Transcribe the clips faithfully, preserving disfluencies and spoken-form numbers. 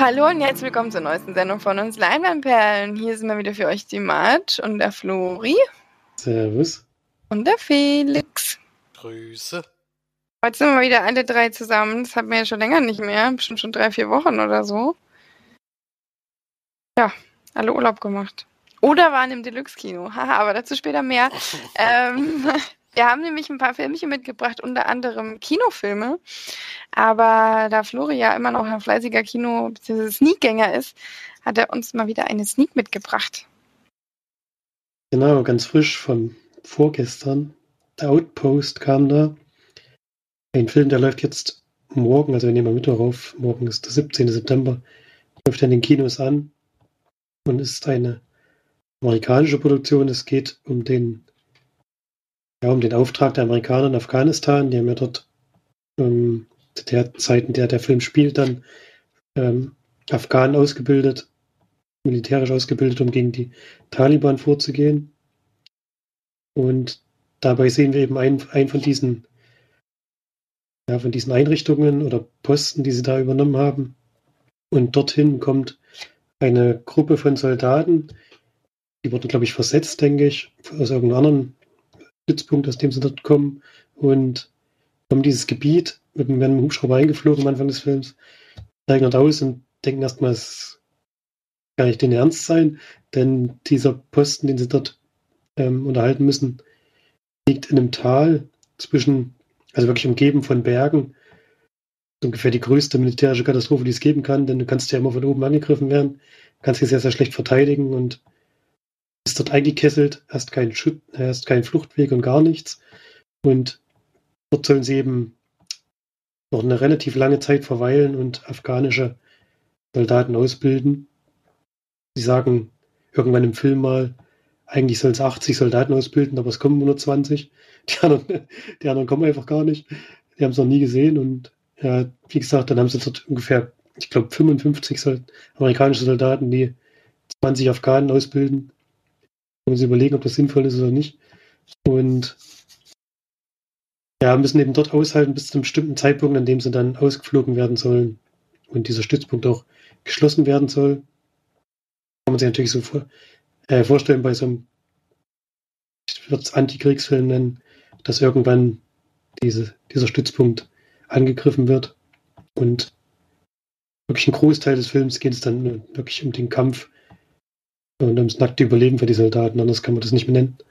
Hallo und herzlich willkommen zur neuesten Sendung von uns Leinwandperlen. Hier sind wir wieder für euch die Mart und der Flori. Servus. Und der Felix. Grüße. Heute sind wir wieder alle drei zusammen. Das hatten wir ja schon länger nicht mehr. Bestimmt schon drei, vier Wochen oder so. Ja, alle Urlaub gemacht. Oder waren im Deluxe-Kino. Haha, aber dazu später mehr. ähm, wir haben nämlich ein paar Filmchen mitgebracht, unter anderem Kinofilme. Aber da Flori ja immer noch ein fleißiger Kino- bzw. Sneakgänger ist, hat er uns mal wieder eine Sneak mitgebracht. Genau, ganz frisch von vorgestern. The Outpost kam da. Ein Film, der läuft jetzt morgen, also wir nehmen am Mittwoch auf, morgen ist der siebzehnten September, läuft in den Kinos an und ist eine amerikanische Produktion. Es geht um den, ja, um den Auftrag der Amerikaner in Afghanistan. Die haben ja dort ähm, zu der Zeit, in der der Film spielt, dann ähm, Afghanen ausgebildet, militärisch ausgebildet, um gegen die Taliban vorzugehen. Und dabei sehen wir eben einen, einen von diesen, ja, von diesen Einrichtungen oder Posten, die sie da übernommen haben. Und dorthin kommt eine Gruppe von Soldaten, die wurden, glaube ich, versetzt, denke ich, aus irgendeinem anderen Stützpunkt, aus dem sie dort kommen. Und kommen dieses Gebiet, werden mit dem Hubschrauber eingeflogen am Anfang des Films, steigen dort aus und denken erstmal, es kann nicht den Ernst sein, denn dieser Posten, den sie dort ähm, unterhalten müssen, liegt in einem Tal zwischen, also wirklich umgeben von Bergen. Ungefähr die größte militärische Katastrophe, die es geben kann, denn du kannst ja immer von oben angegriffen werden, kannst dich sehr, sehr schlecht verteidigen und bist dort eingekesselt, hast keinen Schutz, hast keinen Fluchtweg und gar nichts. Und dort sollen sie eben noch eine relativ lange Zeit verweilen und afghanische Soldaten ausbilden. Sie sagen irgendwann im Film mal, eigentlich sollen es achtzig Soldaten ausbilden, aber es kommen nur zwanzig. Die anderen, die anderen kommen einfach gar nicht. Die haben es noch nie gesehen und ja, wie gesagt, dann haben sie dort ungefähr, ich glaube, fünfundfünfzig Sol- amerikanische Soldaten, die zwanzig Afghanen ausbilden. Und sie überlegen, ob das sinnvoll ist oder nicht. Und ja, müssen eben dort aushalten bis zu einem bestimmten Zeitpunkt, an dem sie dann ausgeflogen werden sollen und dieser Stützpunkt auch geschlossen werden soll. Kann man sich natürlich so vor, äh, vorstellen bei so einem, ich würde es Antikriegsfilm nennen, dass irgendwann diese, dieser Stützpunkt angegriffen wird. Und wirklich ein Großteil des Films geht es dann wirklich um den Kampf und ums nackte Überleben für die Soldaten. Anders kann man das nicht mehr nennen.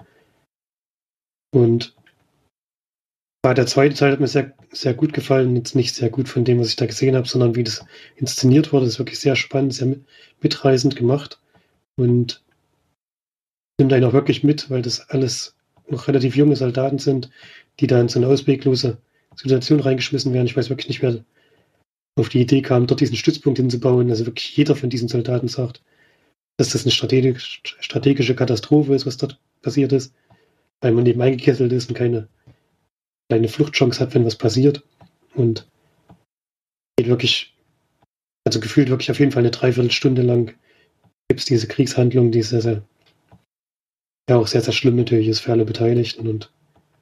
Und bei der zweite Teil hat mir sehr, sehr gut gefallen. Jetzt nicht sehr gut von dem, was ich da gesehen habe, sondern wie das inszeniert wurde. Das ist wirklich sehr spannend, sehr mitreißend gemacht. Und nimmt einen auch wirklich mit, weil das alles noch relativ junge Soldaten sind, die da in so eine ausweglose Situation reingeschmissen werden. Ich weiß wirklich nicht, wer auf die Idee kam, dort diesen Stützpunkt hinzubauen. Also wirklich jeder von diesen Soldaten sagt, dass das eine strategisch, strategische Katastrophe ist, was dort passiert ist, weil man eben eingekesselt ist und keine, keine Fluchtchance hat, wenn was passiert. Und geht wirklich, also gefühlt wirklich auf jeden Fall eine Dreiviertelstunde lang gibt es diese Kriegshandlung, die sehr, sehr, ja auch sehr, sehr schlimm natürlich ist für alle Beteiligten und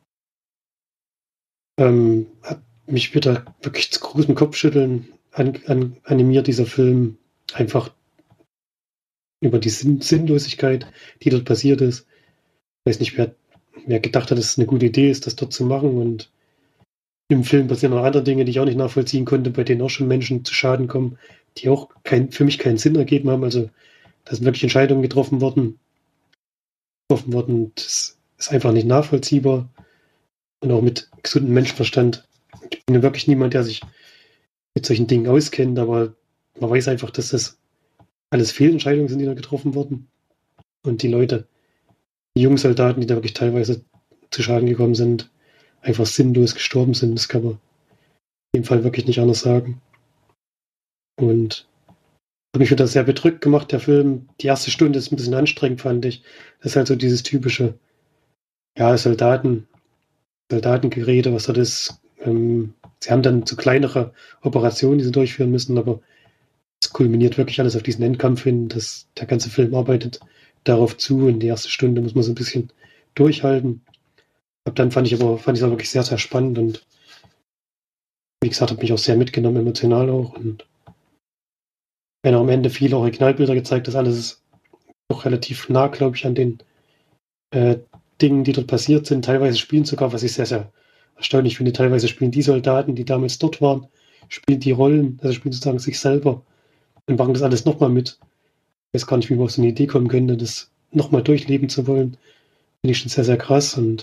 ähm, hat mich wieder wirklich zu großem Kopfschütteln an, an, animiert, dieser Film, einfach über die Sinn Sinnlosigkeit, die dort passiert ist. Ich weiß nicht, wer, wer gedacht hat, dass es eine gute Idee ist, das dort zu machen. Und im Film passieren noch andere Dinge, die ich auch nicht nachvollziehen konnte, bei denen auch schon Menschen zu Schaden kommen, die auch kein, für mich keinen Sinn ergeben haben. Also da sind wirklich Entscheidungen getroffen worden. Getroffen worden. Das ist einfach nicht nachvollziehbar. Und auch mit gesundem Menschenverstand. Ich bin ja wirklich niemand, der sich mit solchen Dingen auskennt, aber man weiß einfach, dass das alles Fehlentscheidungen sind, die da getroffen wurden. Und die Leute, die jungen Soldaten, die da wirklich teilweise zu Schaden gekommen sind, einfach sinnlos gestorben sind. Das kann man in dem Fall wirklich nicht anders sagen. Und hat mich wieder sehr bedrückt gemacht, der Film. Die erste Stunde ist ein bisschen anstrengend, fand ich. Das ist halt so dieses typische, ja, Soldaten, Soldatengerede, was das ist. Ähm, sie haben dann so kleinere Operationen, die sie durchführen müssen, aber es kulminiert wirklich alles auf diesen Endkampf hin. Dass der ganze Film arbeitet darauf zu. In die erste Stunde muss man so ein bisschen durchhalten. Ab dann fand ich aber fand ich es wirklich sehr, sehr spannend und wie gesagt, hat mich auch sehr mitgenommen, emotional auch. Und Wenn auch am Ende viele Originalbilder gezeigt, das alles ist doch relativ nah, glaube ich, an den äh, Dingen, die dort passiert sind. Teilweise spielen sogar, was ich sehr, sehr erstaunlich finde, teilweise spielen die Soldaten, die damals dort waren, spielen die Rollen, also spielen sozusagen sich selber und machen das alles nochmal mit. Ich weiß gar nicht, wie man auf so eine Idee kommen könnte, das nochmal durchleben zu wollen. Finde ich schon sehr, sehr krass und,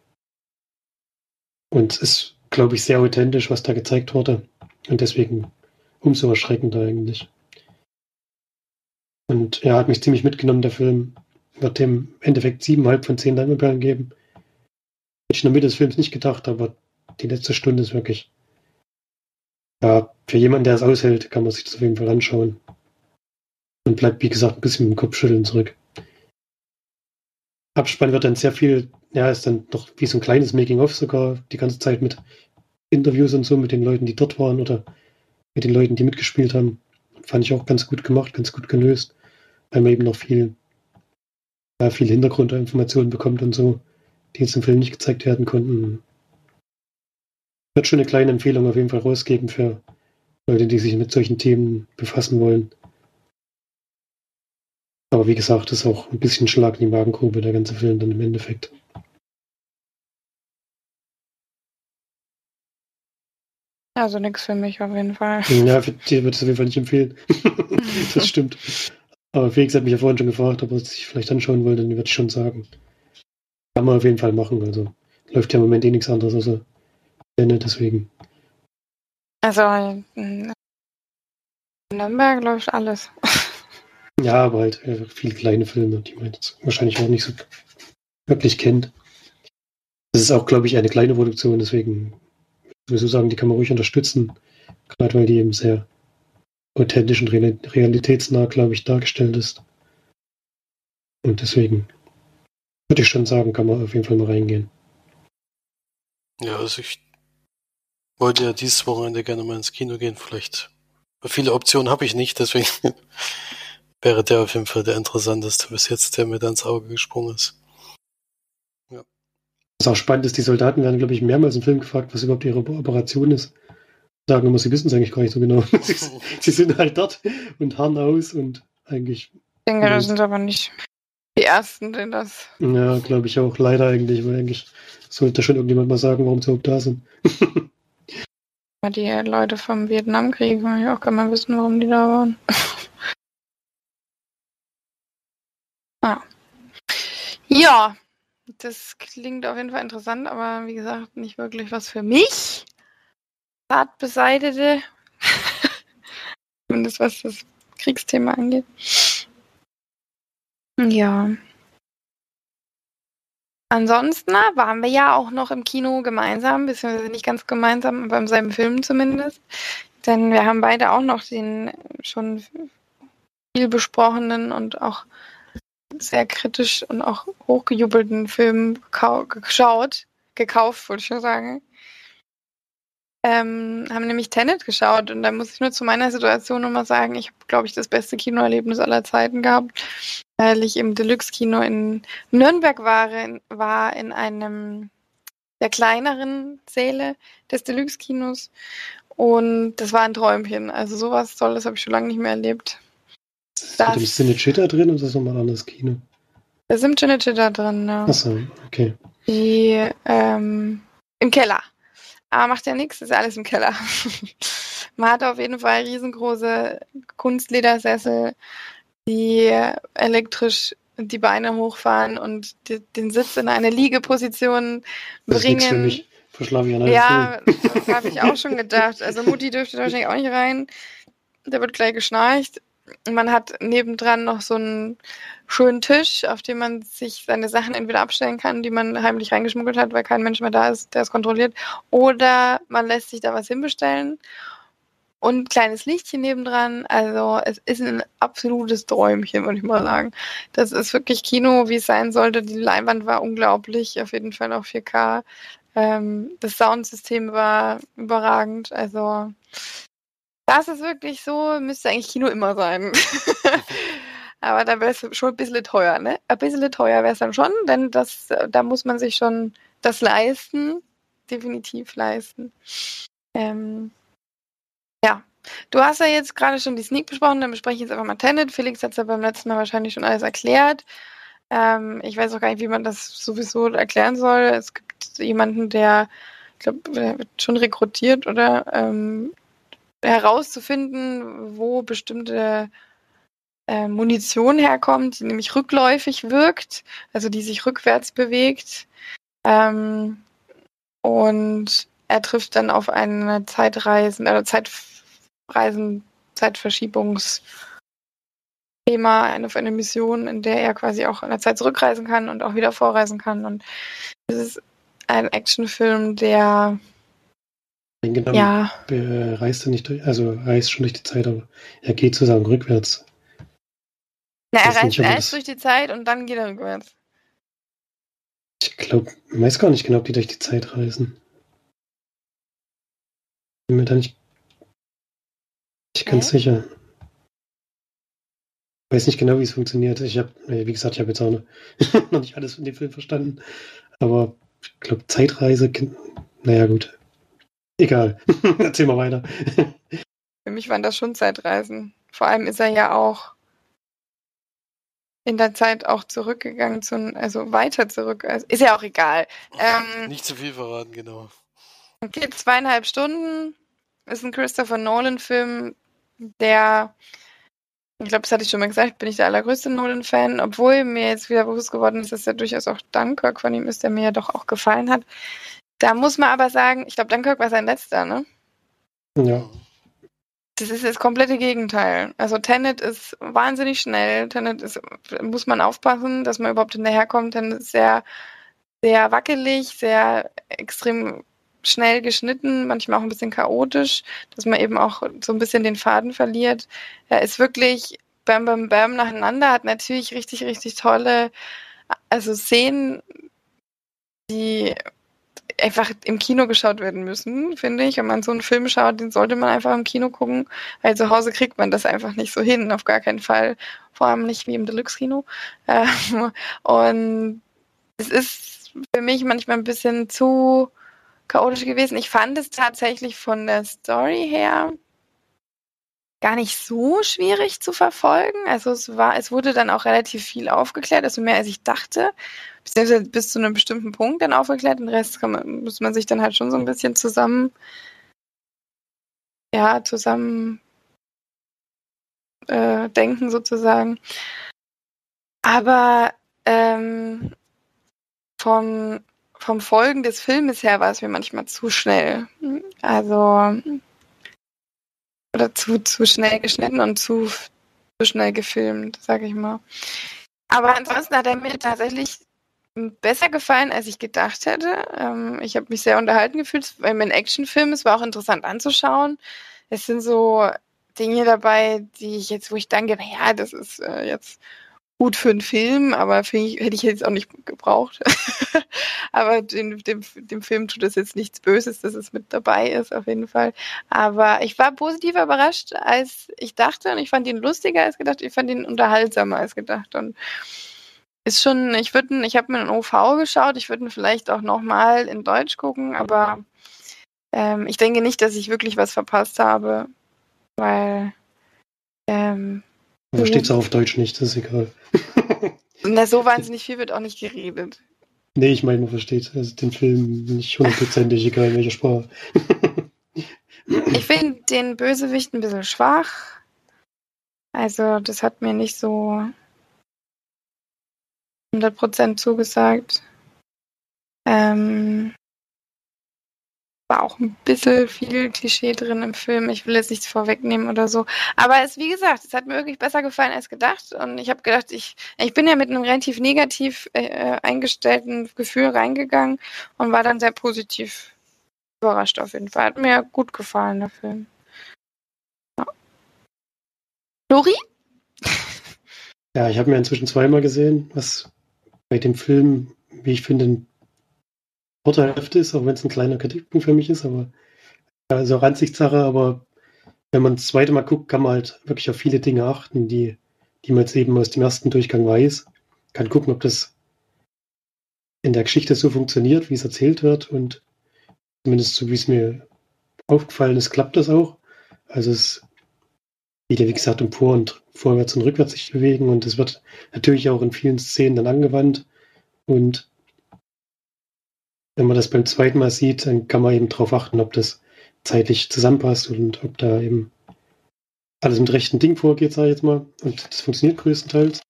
und es ist, glaube ich, sehr authentisch, was da gezeigt wurde. Und deswegen umso erschreckender eigentlich. Und er hat mich ziemlich mitgenommen, der Film. Wird dem im Endeffekt siebeneinhalb von zehn Leinwandperlen geben. Hätte ich in der Mitte des Films nicht gedacht, aber die letzte Stunde ist wirklich, ja, für jemanden, der es aushält, kann man sich das auf jeden Fall anschauen. Und bleibt, wie gesagt, ein bisschen mit dem Kopfschütteln zurück. Abspann wird dann sehr viel, ja, ist dann noch wie so ein kleines Making-of sogar, die ganze Zeit mit Interviews und so mit den Leuten, die dort waren oder mit den Leuten, die mitgespielt haben. Fand ich auch ganz gut gemacht, ganz gut gelöst, weil man eben noch viel, ja, viel Hintergrundinformationen bekommt und so, die jetzt im Film nicht gezeigt werden konnten. Ich würde schon eine kleine Empfehlung auf jeden Fall rausgeben für Leute, die sich mit solchen Themen befassen wollen. Aber wie gesagt, ist auch ein bisschen Schlag in die Magengrube, der ganze Film dann im Endeffekt. Also nichts für mich auf jeden Fall. Ja, für dir würde ich es auf jeden Fall nicht empfehlen. Das stimmt. Aber Felix hat mich ja vorhin schon gefragt, ob er es sich vielleicht anschauen wollte, dann würde ich schon sagen. Kann man auf jeden Fall machen. Also läuft ja im Moment eh nichts anderes außer Benne, deswegen. Also in Nürnberg läuft alles. Ja, aber halt äh, viele kleine Filme, die man jetzt wahrscheinlich auch nicht so wirklich kennt. Das ist auch, glaube ich, eine kleine Produktion, deswegen würde ich so sagen, die kann man ruhig unterstützen. Gerade weil die eben sehr authentisch und realitätsnah, glaube ich, dargestellt ist. Und deswegen würde ich schon sagen, kann man auf jeden Fall mal reingehen. Ja, also ich wollte ja dieses Wochenende gerne mal ins Kino gehen. Vielleicht viele Optionen habe ich nicht, deswegen wäre der auf jeden Fall der interessanteste bis jetzt, der mir da ins Auge gesprungen ist. Ja. Was auch spannend ist, die Soldaten werden, glaube ich, mehrmals im Film gefragt, was überhaupt ihre Operation ist. Sagen immer, sie wissen es eigentlich gar nicht so genau. sie, sie sind halt dort und harren aus und eigentlich. Ich denke, das sind aber nicht die Ersten, die das. Ja, glaube ich auch. Leider eigentlich, weil eigentlich sollte schon irgendjemand mal sagen, warum sie überhaupt da sind. Die Leute vom Vietnamkrieg, will ich auch gerne mal wissen, warum die da waren. ah. Ja, das klingt auf jeden Fall interessant, aber wie gesagt, nicht wirklich was für mich. Zart beseitete. Zumindest was das Kriegsthema angeht. Ja. Ansonsten waren wir ja auch noch im Kino gemeinsam, beziehungsweise nicht ganz gemeinsam, aber im selben Film zumindest. Denn wir haben beide auch noch den schon viel besprochenen und auch sehr kritisch und auch hochgejubelten Film gekau- geschaut. Gekauft, würde ich schon sagen. Ähm, haben nämlich Tenet geschaut und da muss ich nur zu meiner Situation nochmal sagen, ich habe, glaube ich, das beste Kinoerlebnis aller Zeiten gehabt, weil ich im Deluxe-Kino in Nürnberg war, in, war in einem der kleineren Säle des Deluxe-Kinos und das war ein Träumchen. Also sowas Tolles habe ich schon lange nicht mehr erlebt. Ist das mit dem Cinecittà drin oder ist das nochmal ein anderes Kino? Da sind Cinecittà drin, ja. Achso, okay. Die, ähm, im Keller. Aber macht ja nichts, ist alles im Keller. Man hat auf jeden Fall riesengroße Kunstledersessel, die elektrisch die Beine hochfahren und die, den Sitz in eine Liegeposition Das ist nichts für bringen. mich. Verschlafe ich an einem Ja, Film. das habe ich auch schon gedacht. Also Mutti dürfte da wahrscheinlich auch nicht rein. Da wird gleich geschnarcht. Man hat nebendran noch so einen schönen Tisch, auf dem man sich seine Sachen entweder abstellen kann, die man heimlich reingeschmuggelt hat, weil kein Mensch mehr da ist, der es kontrolliert. Oder man lässt sich da was hinbestellen. Und ein kleines Lichtchen nebendran. Also es ist ein absolutes Träumchen, würde ich mal sagen. Das ist wirklich Kino, wie es sein sollte. Die Leinwand war unglaublich, auf jeden Fall auch vier K. Ähm, das Soundsystem war überragend. Also das ist wirklich so, müsste eigentlich Kino immer sein. Aber da wäre es schon ein bisschen teuer, ne? Ein bisschen teuer wäre es dann schon, denn das, da muss man sich schon das leisten. Definitiv leisten. Ähm, ja, Du hast ja jetzt gerade schon die Sneak besprochen, dann bespreche ich jetzt einfach mal Tenet. Felix hat es ja beim letzten Mal wahrscheinlich schon alles erklärt. Ähm, ich weiß auch gar nicht, wie man das sowieso erklären soll. Es gibt jemanden, der, ich glaube, der wird schon rekrutiert, oder ähm, herauszufinden, wo bestimmte äh, Munition herkommt, die nämlich rückläufig wirkt, also die sich rückwärts bewegt. Ähm, und er trifft dann auf eine Zeitreisen, oder Zeitreisen, Zeitverschiebungsthema, eine, auf eine Mission, in der er quasi auch in der Zeit zurückreisen kann und auch wieder vorreisen kann. Und es ist ein Actionfilm, der Genau, ja. er reist er nicht durch, also er reist schon durch die Zeit, aber er geht sozusagen rückwärts. Na, er Weiß reist nicht, ob er erst das- durch die Zeit und dann geht er rückwärts. Ich glaube, ich weiß gar nicht genau, ob die durch die Zeit reisen. Bin mir da nicht, nicht ganz Hä? sicher. Ich weiß nicht genau, wie es funktioniert. Ich habe, wie gesagt, ich habe jetzt auch noch, noch nicht alles von dem Film verstanden. Aber ich glaube, Zeitreise, ken- naja, gut. Egal. Erzähl mal weiter. Für mich waren das schon Zeitreisen. Vor allem ist er ja auch in der Zeit auch zurückgegangen, zu, also weiter zurück. Also ist ja auch egal. Ähm, Nicht zu viel verraten, genau. okay, zweieinhalb Stunden. Ist ein Christopher Nolan-Film, der, ich glaube, das hatte ich schon mal gesagt, bin ich der allergrößte Nolan-Fan, obwohl mir jetzt wieder bewusst geworden ist, dass er durchaus auch Dunkirk von ihm ist, der mir ja doch auch gefallen hat. Da muss man aber sagen, ich glaube, Dunkirk war sein letzter, ne? Ja. Das ist das komplette Gegenteil. Also Tenet ist wahnsinnig schnell. Tenet ist, muss man aufpassen, dass man überhaupt hinterherkommt. Tenet ist sehr, sehr wackelig, sehr extrem schnell geschnitten, manchmal auch ein bisschen chaotisch, dass man eben auch so ein bisschen den Faden verliert. Er ist wirklich bam, bam, bam nacheinander, hat natürlich richtig, richtig tolle, also Szenen, die einfach im Kino geschaut werden müssen, finde ich. Wenn man so einen Film schaut, den sollte man einfach im Kino gucken, weil zu Hause kriegt man das einfach nicht so hin, auf gar keinen Fall. Vor allem nicht wie im Deluxe-Kino. Ähm, und es ist für mich manchmal ein bisschen zu chaotisch gewesen. Ich fand es tatsächlich von der Story her gar nicht so schwierig zu verfolgen. Also es war, es wurde dann auch relativ viel aufgeklärt, also mehr als ich dachte. Beziehungsweise bis zu einem bestimmten Punkt dann aufgeklärt. Den Rest kann man, muss man sich dann halt schon so ein bisschen zusammen, ja, zusammen äh, denken sozusagen. Aber ähm, vom, vom Folgen des Filmes her war es mir manchmal zu schnell. Also oder zu, zu schnell geschnitten und zu, zu schnell gefilmt, sag ich mal. Aber ansonsten hat er mir tatsächlich besser gefallen, als ich gedacht hätte. Ähm, ich habe mich sehr unterhalten gefühlt, weil mein Actionfilm, es war auch interessant anzuschauen. Es sind so Dinge dabei, die ich jetzt, wo ich denke, naja, das ist äh, jetzt gut für einen Film, aber für, hätte ich jetzt auch nicht gebraucht. Aber dem, dem, dem Film tut es jetzt nichts Böses, dass es mit dabei ist, auf jeden Fall. Aber ich war positiv überrascht, als ich dachte, und ich fand ihn lustiger als gedacht, ich fand ihn unterhaltsamer als gedacht. Und ist schon, ich würde, ich habe mir einen O V geschaut, ich würde ihn vielleicht auch nochmal in Deutsch gucken, aber ähm, ich denke nicht, dass ich wirklich was verpasst habe, weil ähm, Da steht es auch auf Deutsch nicht, das ist egal. na, so wahnsinnig viel wird auch nicht geredet. Nee, ich meine, man versteht also den Film nicht hundertprozentig, egal in welcher Sprache. Ich finde den Bösewicht ein bisschen schwach. Also, das hat mir nicht so hundert Prozent zugesagt. Ähm, war auch ein bisschen viel Klischee drin im Film. Ich will jetzt nichts vorwegnehmen oder so. Aber es, wie gesagt, es hat mir wirklich besser gefallen als gedacht. Und ich habe gedacht, ich, ich bin ja mit einem relativ negativ äh, eingestellten Gefühl reingegangen und war dann sehr positiv überrascht auf jeden Fall. Hat mir gut gefallen, der Film. Ja. Lori? Ja, ich habe mir inzwischen zweimal gesehen, was bei dem Film, wie ich finde, ein vorteilhaft ist, auch wenn es ein kleiner Kritikpunkt für mich ist, aber also Ansichtssache, aber wenn man das zweite Mal guckt, kann man halt wirklich auf viele Dinge achten, die, die man jetzt eben aus dem ersten Durchgang weiß. Kann gucken, ob das in der Geschichte so funktioniert, wie es erzählt wird und zumindest so, wie es mir aufgefallen ist, klappt das auch. Also es geht ja, wie gesagt, um Vor- und vorwärts und rückwärts sich bewegen und das wird natürlich auch in vielen Szenen dann angewandt. Und wenn man das beim zweiten Mal sieht, dann kann man eben darauf achten, ob das zeitlich zusammenpasst und ob da eben alles mit rechten Ding vorgeht, sage ich jetzt mal. Und das funktioniert größtenteils.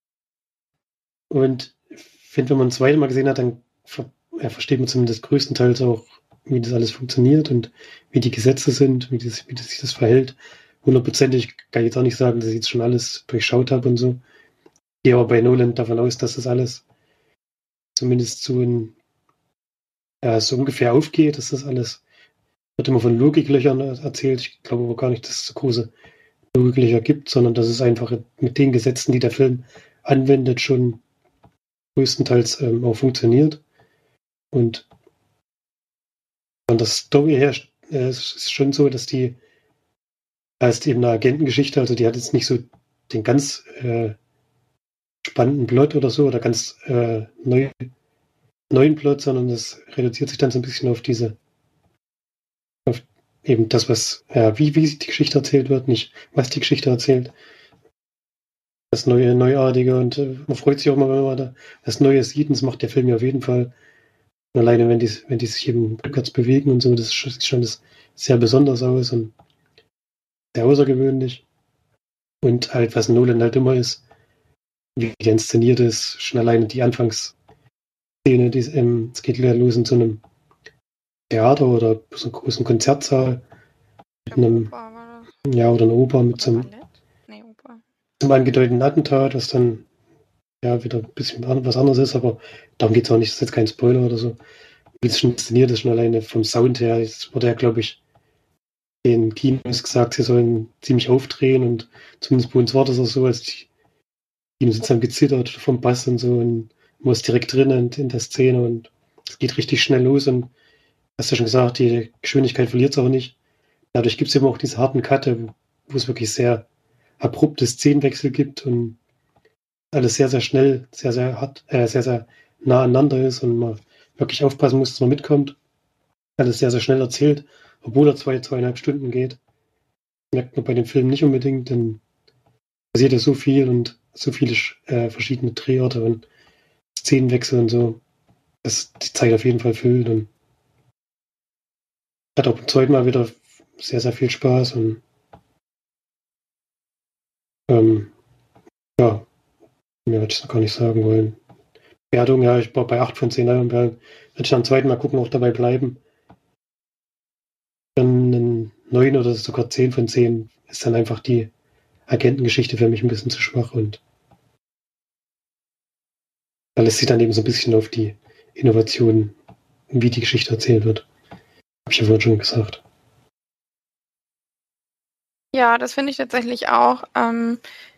Und ich finde, wenn man ein zweites Mal gesehen hat, dann ver ja, versteht man zumindest größtenteils auch, wie das alles funktioniert und wie die Gesetze sind, wie, das, wie das sich das verhält. Hundertprozentig kann ich jetzt auch nicht sagen, dass ich jetzt schon alles durchschaut habe und so. Ich gehe aber bei Nolan davon aus, dass das alles zumindest so, in, ja, so ungefähr aufgeht, dass das alles wird immer von Logiklöchern erzählt. Ich glaube aber gar nicht, dass es so große Logiklöcher gibt, sondern dass es einfach mit den Gesetzen, die der Film anwendet, schon größtenteils ähm, auch funktioniert. Und von der Story her äh, es ist schon so, dass die heißt eben eine Agentengeschichte, also die hat jetzt nicht so den ganz äh, spannenden Plot oder so oder ganz äh, neu, neuen Plot, sondern das reduziert sich dann so ein bisschen auf diese, auf eben das, was, ja, wie, wie die Geschichte erzählt wird, nicht was die Geschichte erzählt. Das Neue, Neuartige und äh, man freut sich auch mal, wenn man da was Neues sieht und das macht der Film ja auf jeden Fall. Und alleine, wenn die, wenn die sich eben rückwärts bewegen und so, das sieht schon das sehr besonders aus und sehr außergewöhnlich. Und halt, was Nolan halt immer ist, wie der inszeniert ist, schon alleine die Anfangsszene, die, ähm, es geht ja los in so einem Theater oder so einem großen Konzertsaal mit einem, Oper war das. ja, oder einer Oper mit Oder so einem, Ballett? Nee, Oper. zum angedeuteten Attentat, was dann ja wieder ein bisschen was anderes ist, aber darum geht es auch nicht, das ist jetzt kein Spoiler oder so. Wie es schon inszeniert ist, schon alleine vom Sound her, es wurde ja, glaube ich, den Kinos gesagt, sie sollen ziemlich aufdrehen und zumindest bei uns war das auch so, als die Kinos sind dann gezittert vom Bass und so und man ist direkt drin in, in der Szene und es geht richtig schnell los und hast ja schon gesagt, die Geschwindigkeit verliert es auch nicht. Dadurch gibt es eben auch diese harten Cutte, wo, wo es wirklich sehr abrupte Szenenwechsel gibt und alles sehr, sehr schnell, sehr, sehr hart, äh, sehr, sehr nah aneinander ist und man wirklich aufpassen muss, dass man mitkommt. Alles sehr, sehr schnell erzählt, obwohl er zwei, zweieinhalb Stunden geht. Merkt man bei dem Film nicht unbedingt, denn passiert ja so viel und so viele äh, verschiedene Drehorte und Szenenwechsel und so, dass die Zeit auf jeden Fall füllt und hat auch beim zweiten Mal wieder sehr, sehr viel Spaß und ähm, ja, mehr würde ich noch gar nicht sagen wollen. Wertung, ja, ich war bei acht von zehn Leinwandperlen. Würde ich am zweiten Mal gucken, auch dabei bleiben. Dann ein neun oder sogar zehn von zehn ist dann einfach die Agentengeschichte für mich ein bisschen zu schwach und da lässt sich dann eben so ein bisschen auf die Innovation, wie die Geschichte erzählt wird. Habe ich ja vorhin schon gesagt. Ja, das finde ich tatsächlich auch. Ähm,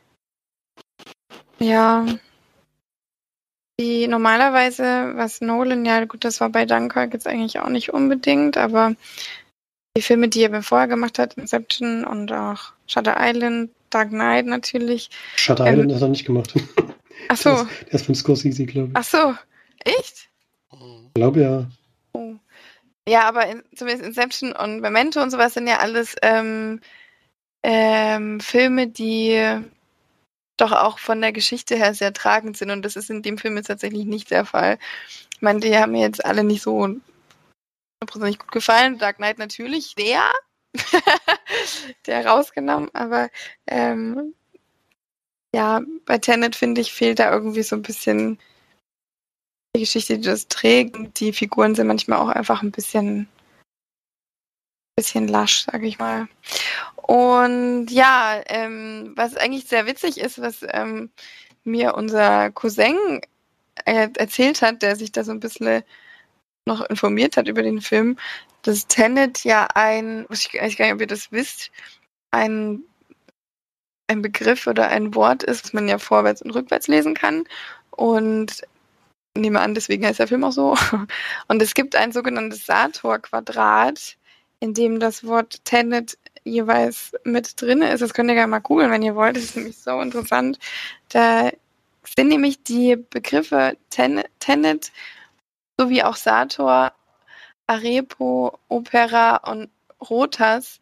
ja, die normalerweise, was Nolan, ja gut, das war bei Dunkirk jetzt eigentlich auch nicht unbedingt, aber die Filme, die er vorher gemacht hat, Inception und auch Shutter Island, Dark Knight natürlich. Shutter Ähm, Island hat er nicht gemacht. Ach so. Der ist, der ist von Scorsese, glaube ich. Ach so, echt? Ich glaube, ja. Oh. Ja, aber in, zumindest Inception und Memento und sowas sind ja alles ähm, ähm, Filme, die doch auch von der Geschichte her sehr tragend sind und das ist in dem Film jetzt tatsächlich nicht der Fall. Ich meine, die haben mir jetzt alle nicht so hundertprozentig gut gefallen. Dark Knight natürlich sehr, der rausgenommen, aber ähm, ja, bei Tenet finde ich, fehlt da irgendwie so ein bisschen die Geschichte, die das trägt. Die Figuren sind manchmal auch einfach ein bisschen bisschen lasch, sage ich mal. Und ja, ähm, was eigentlich sehr witzig ist, was ähm, mir unser Cousin äh, erzählt hat, der sich da so ein bisschen noch informiert hat über den Film, dass Tenet ja ein, ich weiß gar nicht, ob ihr das wisst, ein, ein Begriff oder ein Wort ist, das man ja vorwärts und rückwärts lesen kann. Und ich nehme an, deswegen heißt der Film auch so. Und es gibt ein sogenanntes Sator-Quadrat, in dem das Wort Tenet jeweils mit drin ist. Das könnt ihr gerne mal googeln, wenn ihr wollt. Das ist nämlich so interessant. Da sind nämlich die Begriffe Ten- Tenet sowie auch Sator, Arepo, Opera und Rotas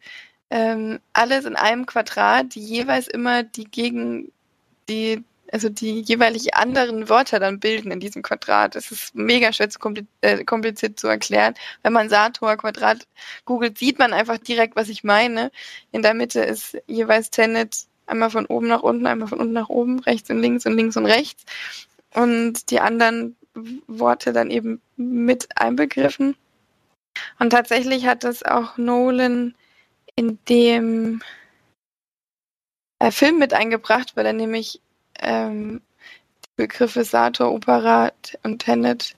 ähm, alles in einem Quadrat, die jeweils immer die gegen die, also die jeweilig anderen Wörter dann bilden in diesem Quadrat. Das ist mega schwer zu kompli äh, kompliziert zu erklären. Wenn man Sator Quadrat googelt, sieht man einfach direkt, was ich meine. In der Mitte ist jeweils Tenet einmal von oben nach unten, einmal von unten nach oben, rechts und links und links und rechts. Und die anderen Worte dann eben mit einbegriffen. Und tatsächlich hat das auch Nolan in dem äh, Film mit eingebracht, weil er nämlich ähm, die Begriffe Sator, Opera und Tenet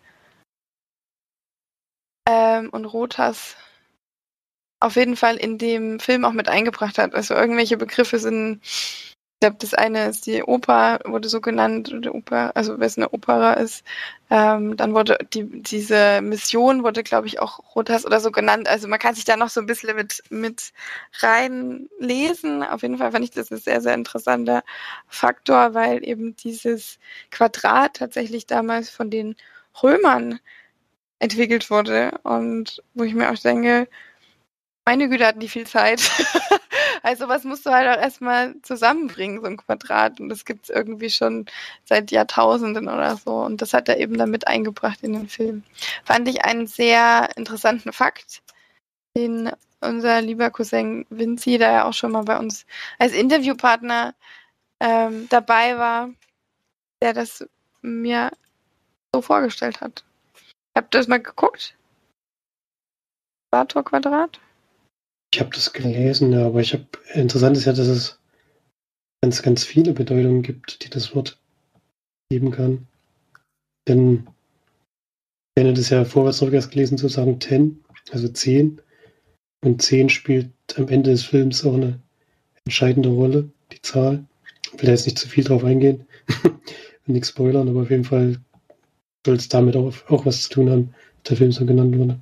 ähm, und Rotas auf jeden Fall in dem Film auch mit eingebracht hat. Also irgendwelche Begriffe sind, ich glaube, das eine ist die Oper, wurde so genannt, oder Oper, also wenn es eine Opera ist. Ähm, dann wurde die, diese Mission wurde, glaube ich, auch Rotas oder so genannt. Also man kann sich da noch so ein bisschen mit, mit reinlesen. Auf jeden Fall fand ich das ein sehr, sehr interessanter Faktor, weil eben dieses Quadrat tatsächlich damals von den Römern entwickelt wurde. Und wo ich mir auch denke, meine Güte, hatten die viel Zeit. Also was musst du halt auch erstmal zusammenbringen, so ein Quadrat. Und das gibt es irgendwie schon seit Jahrtausenden oder so. Und das hat er eben damit eingebracht in den Film. Fand ich einen sehr interessanten Fakt, den unser lieber Cousin Vinci, der ja auch schon mal bei uns als Interviewpartner ähm, dabei war, der das mir so vorgestellt hat. Habt ihr das mal geguckt? Sator-Quadrat? Ich habe das gelesen, ja, aber ich habe interessant ist ja, dass es ganz, ganz viele Bedeutungen gibt, die das Wort geben kann. Denn Tenet ist ja vorwärts rückwärts gelesen zu sagen ten, also zehn. Und zehn spielt am Ende des Films auch eine entscheidende Rolle, die Zahl. Ich will da jetzt nicht zu viel drauf eingehen und nichts spoilern, aber auf jeden Fall soll es damit auch, auch was zu tun haben, dass der Film so genannt wurde.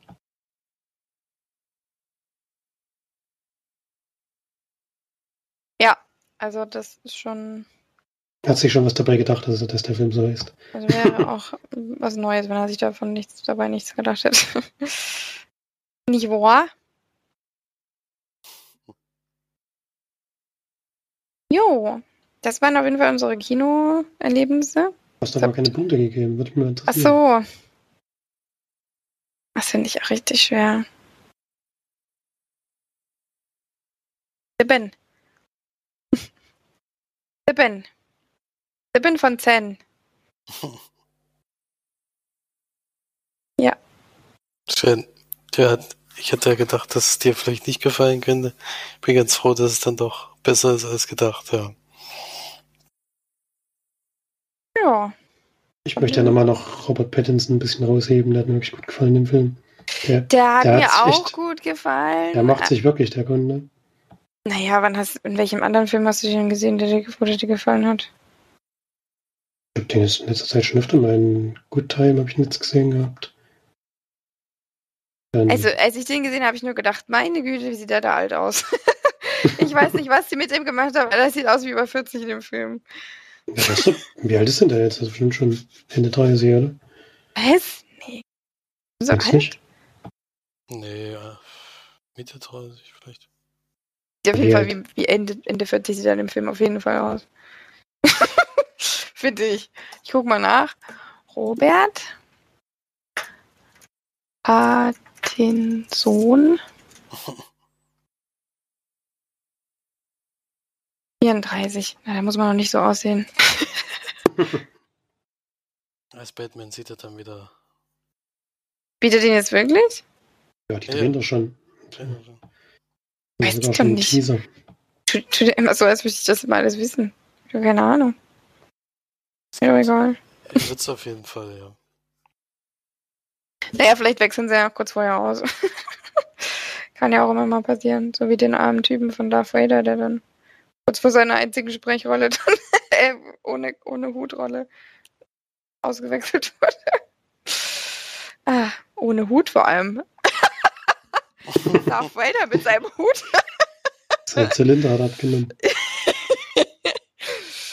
Ja, also das ist schon, Er hat sich schon was dabei gedacht, also, dass der Film so heißt. also wäre auch was Neues, wenn er sich davon nichts dabei nichts gedacht hätte. Nicht wahr? Jo, das waren auf jeden Fall unsere Kinoerlebnisse. Du hast aber keine Punkte gegeben, würde mich mal Ach interessieren. so. Das finde ich auch richtig schwer. Sieben. Sieben. Sieben von zehn. Ja. Schön. Ja, ich hätte ja gedacht, dass es dir vielleicht nicht gefallen könnte. Ich bin ganz froh, dass es dann doch besser ist als gedacht, ja. Ja. Ich möchte ja nochmal noch Robert Pattinson ein bisschen rausheben, der hat mir wirklich gut gefallen im Film. Der, Der hat der mir hat's auch echt- gut gefallen. der macht sich wirklich, der Kunde. Naja, wann hast, in welchem anderen Film hast du den gesehen, der dir, wo der dir gefallen hat? Ich habe den jetzt in letzter Zeit schon öfter mal in Good Time, habe ich ihn jetzt gesehen gehabt. Dann, Also, als ich den gesehen habe, habe ich nur gedacht, meine Güte, wie sieht der da alt aus? Ich weiß nicht, was die mit dem gemacht haben, aber das sieht aus wie über vierzig in dem Film. ja, weißt du, wie alt ist denn der jetzt? Das ist bestimmt schon Ende dreißig, oder? Was? Nee. So Denkst alt? du nicht? Nee, ja. Mitte dreißig vielleicht. Sieht auf Wie jeden Fall alt? wie, wie Ende, Ende vierzig sieht er in dem Film auf jeden Fall aus. Finde ich. Ich guck mal nach. Robert Pattinson. vierunddreißig. Na, da muss man noch nicht so aussehen. Als Batman sieht er dann wieder. Bietet den jetzt wirklich? Ja, die Ja. drehen doch schon. Weiß Das ich ist auch doch schon ein nicht. Teaser. Tut, tut immer so, als müsste ich das immer alles wissen. Ich habe keine Ahnung. Ja, egal. Er wird's auf jeden Fall, ja. Naja, vielleicht wechseln sie ja kurz vorher aus. Kann ja auch immer mal passieren. So wie den armen Typen von Darth Vader, der dann kurz vor seiner einzigen Sprechrolle dann äh, ohne, ohne Hutrolle ausgewechselt wurde. Ah, ohne Hut vor allem. Darth Vader mit seinem Hut. Sein Zylinder hat abgenommen.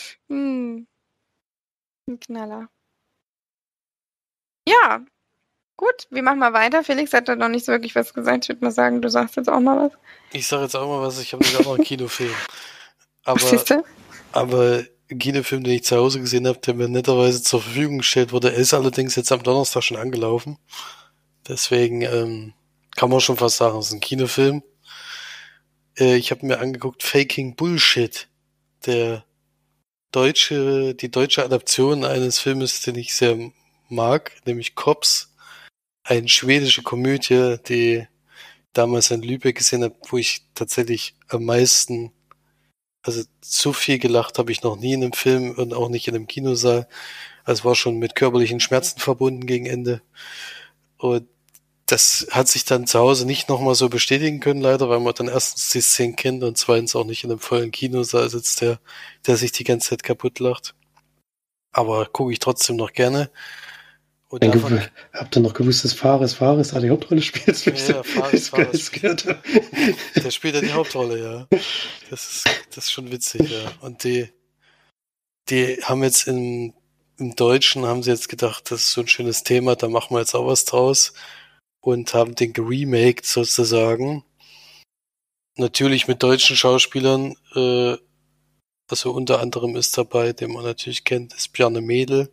hm. Ein Knaller. Ja, Gut, wir machen mal weiter. Felix hat da noch nicht so wirklich was gesagt. Ich würde mal sagen, du sagst jetzt auch mal was. Ich sage jetzt auch mal was, ich habe nämlich auch noch einen Kinofilm. Aber, Siehst du? aber ein Kinofilm, den ich zu Hause gesehen habe, der mir netterweise zur Verfügung gestellt wurde, ist allerdings jetzt am Donnerstag schon angelaufen. Deswegen ähm, kann man schon fast sagen, es ist ein Kinofilm. Äh, ich habe mir angeguckt Faking Bullshit, der deutsche, die deutsche Adaption eines Filmes, den ich sehr mag, nämlich Cops, eine schwedische Komödie, die ich damals in Lübeck gesehen habe, wo ich tatsächlich am meisten, also so viel gelacht habe ich noch nie in einem Film und auch nicht in einem Kinosaal. Also war schon mit körperlichen Schmerzen verbunden gegen Ende. Und das hat sich dann zu Hause nicht nochmal so bestätigen können, leider, weil man dann erstens die Szene kennt und zweitens auch nicht in einem vollen Kinosaal sitzt, der, der sich die ganze Zeit kaputt lacht. Aber gucke ich trotzdem noch gerne. Und Dann davon, gew- habt ihr noch gewusst, dass Fares Fares da die Hauptrolle spielt? Ja, Fares Fares Das gehört. der spielt ja die Hauptrolle, ja. Das ist, das ist schon witzig, ja. Und die, die haben jetzt im, im Deutschen haben sie jetzt gedacht, das ist so ein schönes Thema, da machen wir jetzt auch was draus. Und haben den geremaked sozusagen. Natürlich mit deutschen Schauspielern, äh, also unter anderem ist dabei, den man natürlich kennt, ist Bjarne Mädel,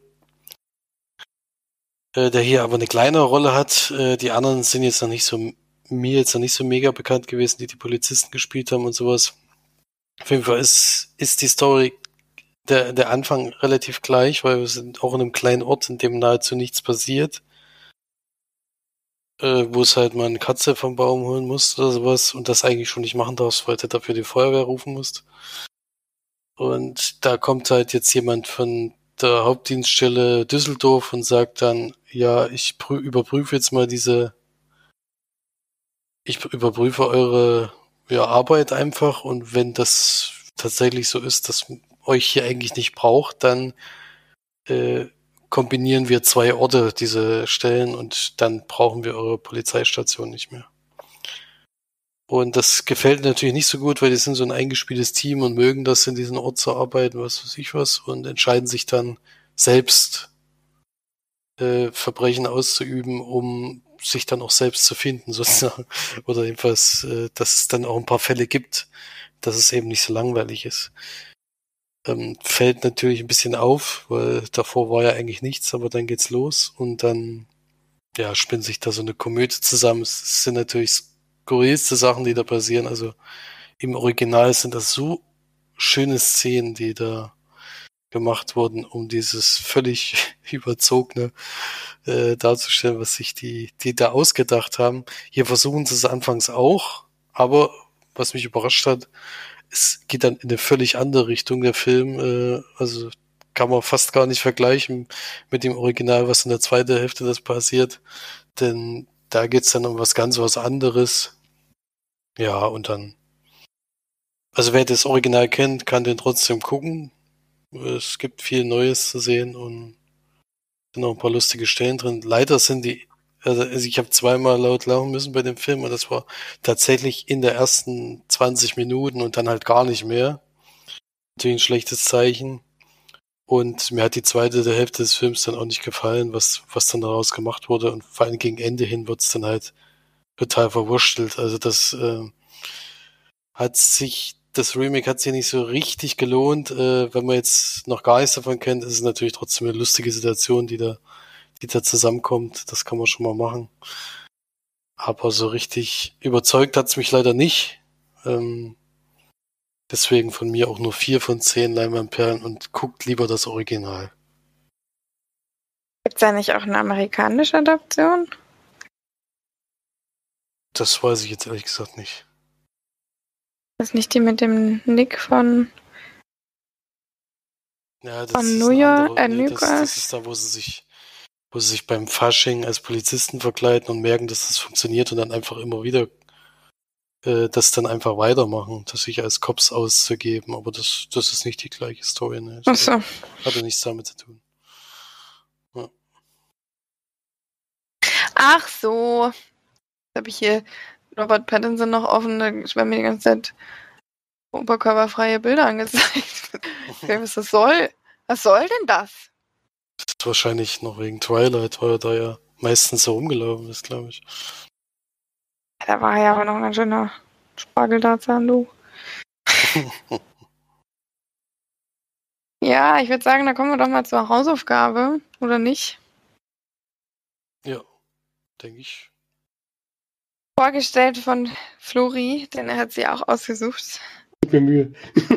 äh, der hier aber eine kleine Rolle hat. Äh, die anderen sind jetzt noch nicht so, mir jetzt noch nicht so mega bekannt gewesen, die die Polizisten gespielt haben und sowas. Auf jeden Fall ist, ist die Story, der, der Anfang relativ gleich, weil wir sind auch in einem kleinen Ort, in dem nahezu nichts passiert. Äh, wo es halt mal eine Katze vom Baum holen musst oder sowas und das eigentlich schon nicht machen darfst, weil du dafür die Feuerwehr rufen musst. Und da kommt halt jetzt jemand von der Hauptdienststelle Düsseldorf und sagt dann, ja, ich prü- überprüfe jetzt mal diese, ich überprüfe eure ja, Arbeit einfach und wenn das tatsächlich so ist, dass euch hier eigentlich nicht braucht, dann äh, kombinieren wir zwei Orte, diese Stellen, und dann brauchen wir eure Polizeistation nicht mehr. Und das gefällt natürlich nicht so gut, weil die sind so ein eingespieltes Team und mögen das, in diesem Ort zu arbeiten, was weiß ich was, und entscheiden sich dann selbst äh, Verbrechen auszuüben, um sich dann auch selbst zu finden, sozusagen. Oder jedenfalls, äh, dass es dann auch ein paar Fälle gibt, dass es eben nicht so langweilig ist. Ähm, fällt natürlich ein bisschen auf, weil davor war ja eigentlich nichts, aber dann geht's los und dann ja, spinnt sich da so eine Komödie zusammen. Es sind natürlich skurrilste Sachen, die da passieren. Also im Original sind das so schöne Szenen, die da gemacht wurden, um dieses völlig überzogene äh, darzustellen, was sich die, die da ausgedacht haben. Hier versuchen sie es anfangs auch, aber was mich überrascht hat, es geht dann in eine völlig andere Richtung, der Film. Äh, also kann man fast gar nicht vergleichen mit dem Original, was in der zweiten Hälfte das passiert. Denn da geht's dann um was ganz was anderes. Ja, und dann, also wer das Original kennt, kann den trotzdem gucken. Es gibt viel Neues zu sehen und sind auch ein paar lustige Stellen drin. Leider sind die, also ich habe zweimal laut lachen müssen bei dem Film und das war tatsächlich in der ersten zwanzig Minuten und dann halt gar nicht mehr. Natürlich ein schlechtes Zeichen. Und mir hat die zweite der Hälfte des Films dann auch nicht gefallen, was, was dann daraus gemacht wurde. Und vor allem gegen Ende hin wird's dann halt total verwurstelt. Also das äh, hat sich, das Remake hat sich nicht so richtig gelohnt. Äh, wenn man jetzt noch gar nichts davon kennt, ist es natürlich trotzdem eine lustige Situation, die da, die da zusammenkommt. Das kann man schon mal machen. Aber so richtig überzeugt hat's mich leider nicht. Ähm, deswegen von mir auch nur vier von zehn Leinwandperlen und guckt lieber das Original. Gibt es da nicht auch eine amerikanische Adaption? Das weiß ich jetzt ehrlich gesagt nicht. Das ist nicht die mit dem Nick von, Ja, das von ist New ein York, anderer, äh, nee, New das, York? das ist da, wo sie sich, wo sie sich beim Fasching als Polizisten verkleiden und merken, dass das funktioniert und dann einfach immer wieder äh, das dann einfach weitermachen, das sich als Cops auszugeben. Aber das, das ist nicht die gleiche Story, ne? Ach Das so. hatte nichts damit zu tun. Ja. Ach so. Jetzt habe ich hier Robert Pattinson noch offen, da werden mir die ganze Zeit oberkörperfreie Bilder angezeigt. Okay, was das soll? Was soll denn das? Das ist wahrscheinlich noch wegen Twilight, weil er da ja meistens so rumgelaufen ist, glaube ich. Da war ja aber noch ein schöner Spargeltarzan, du. Ja, ich würde sagen, da kommen wir doch mal zur Hausaufgabe, oder nicht? Ja, denke ich. Vorgestellt von Flori, denn er hat sie auch ausgesucht. Gib mir Mühe.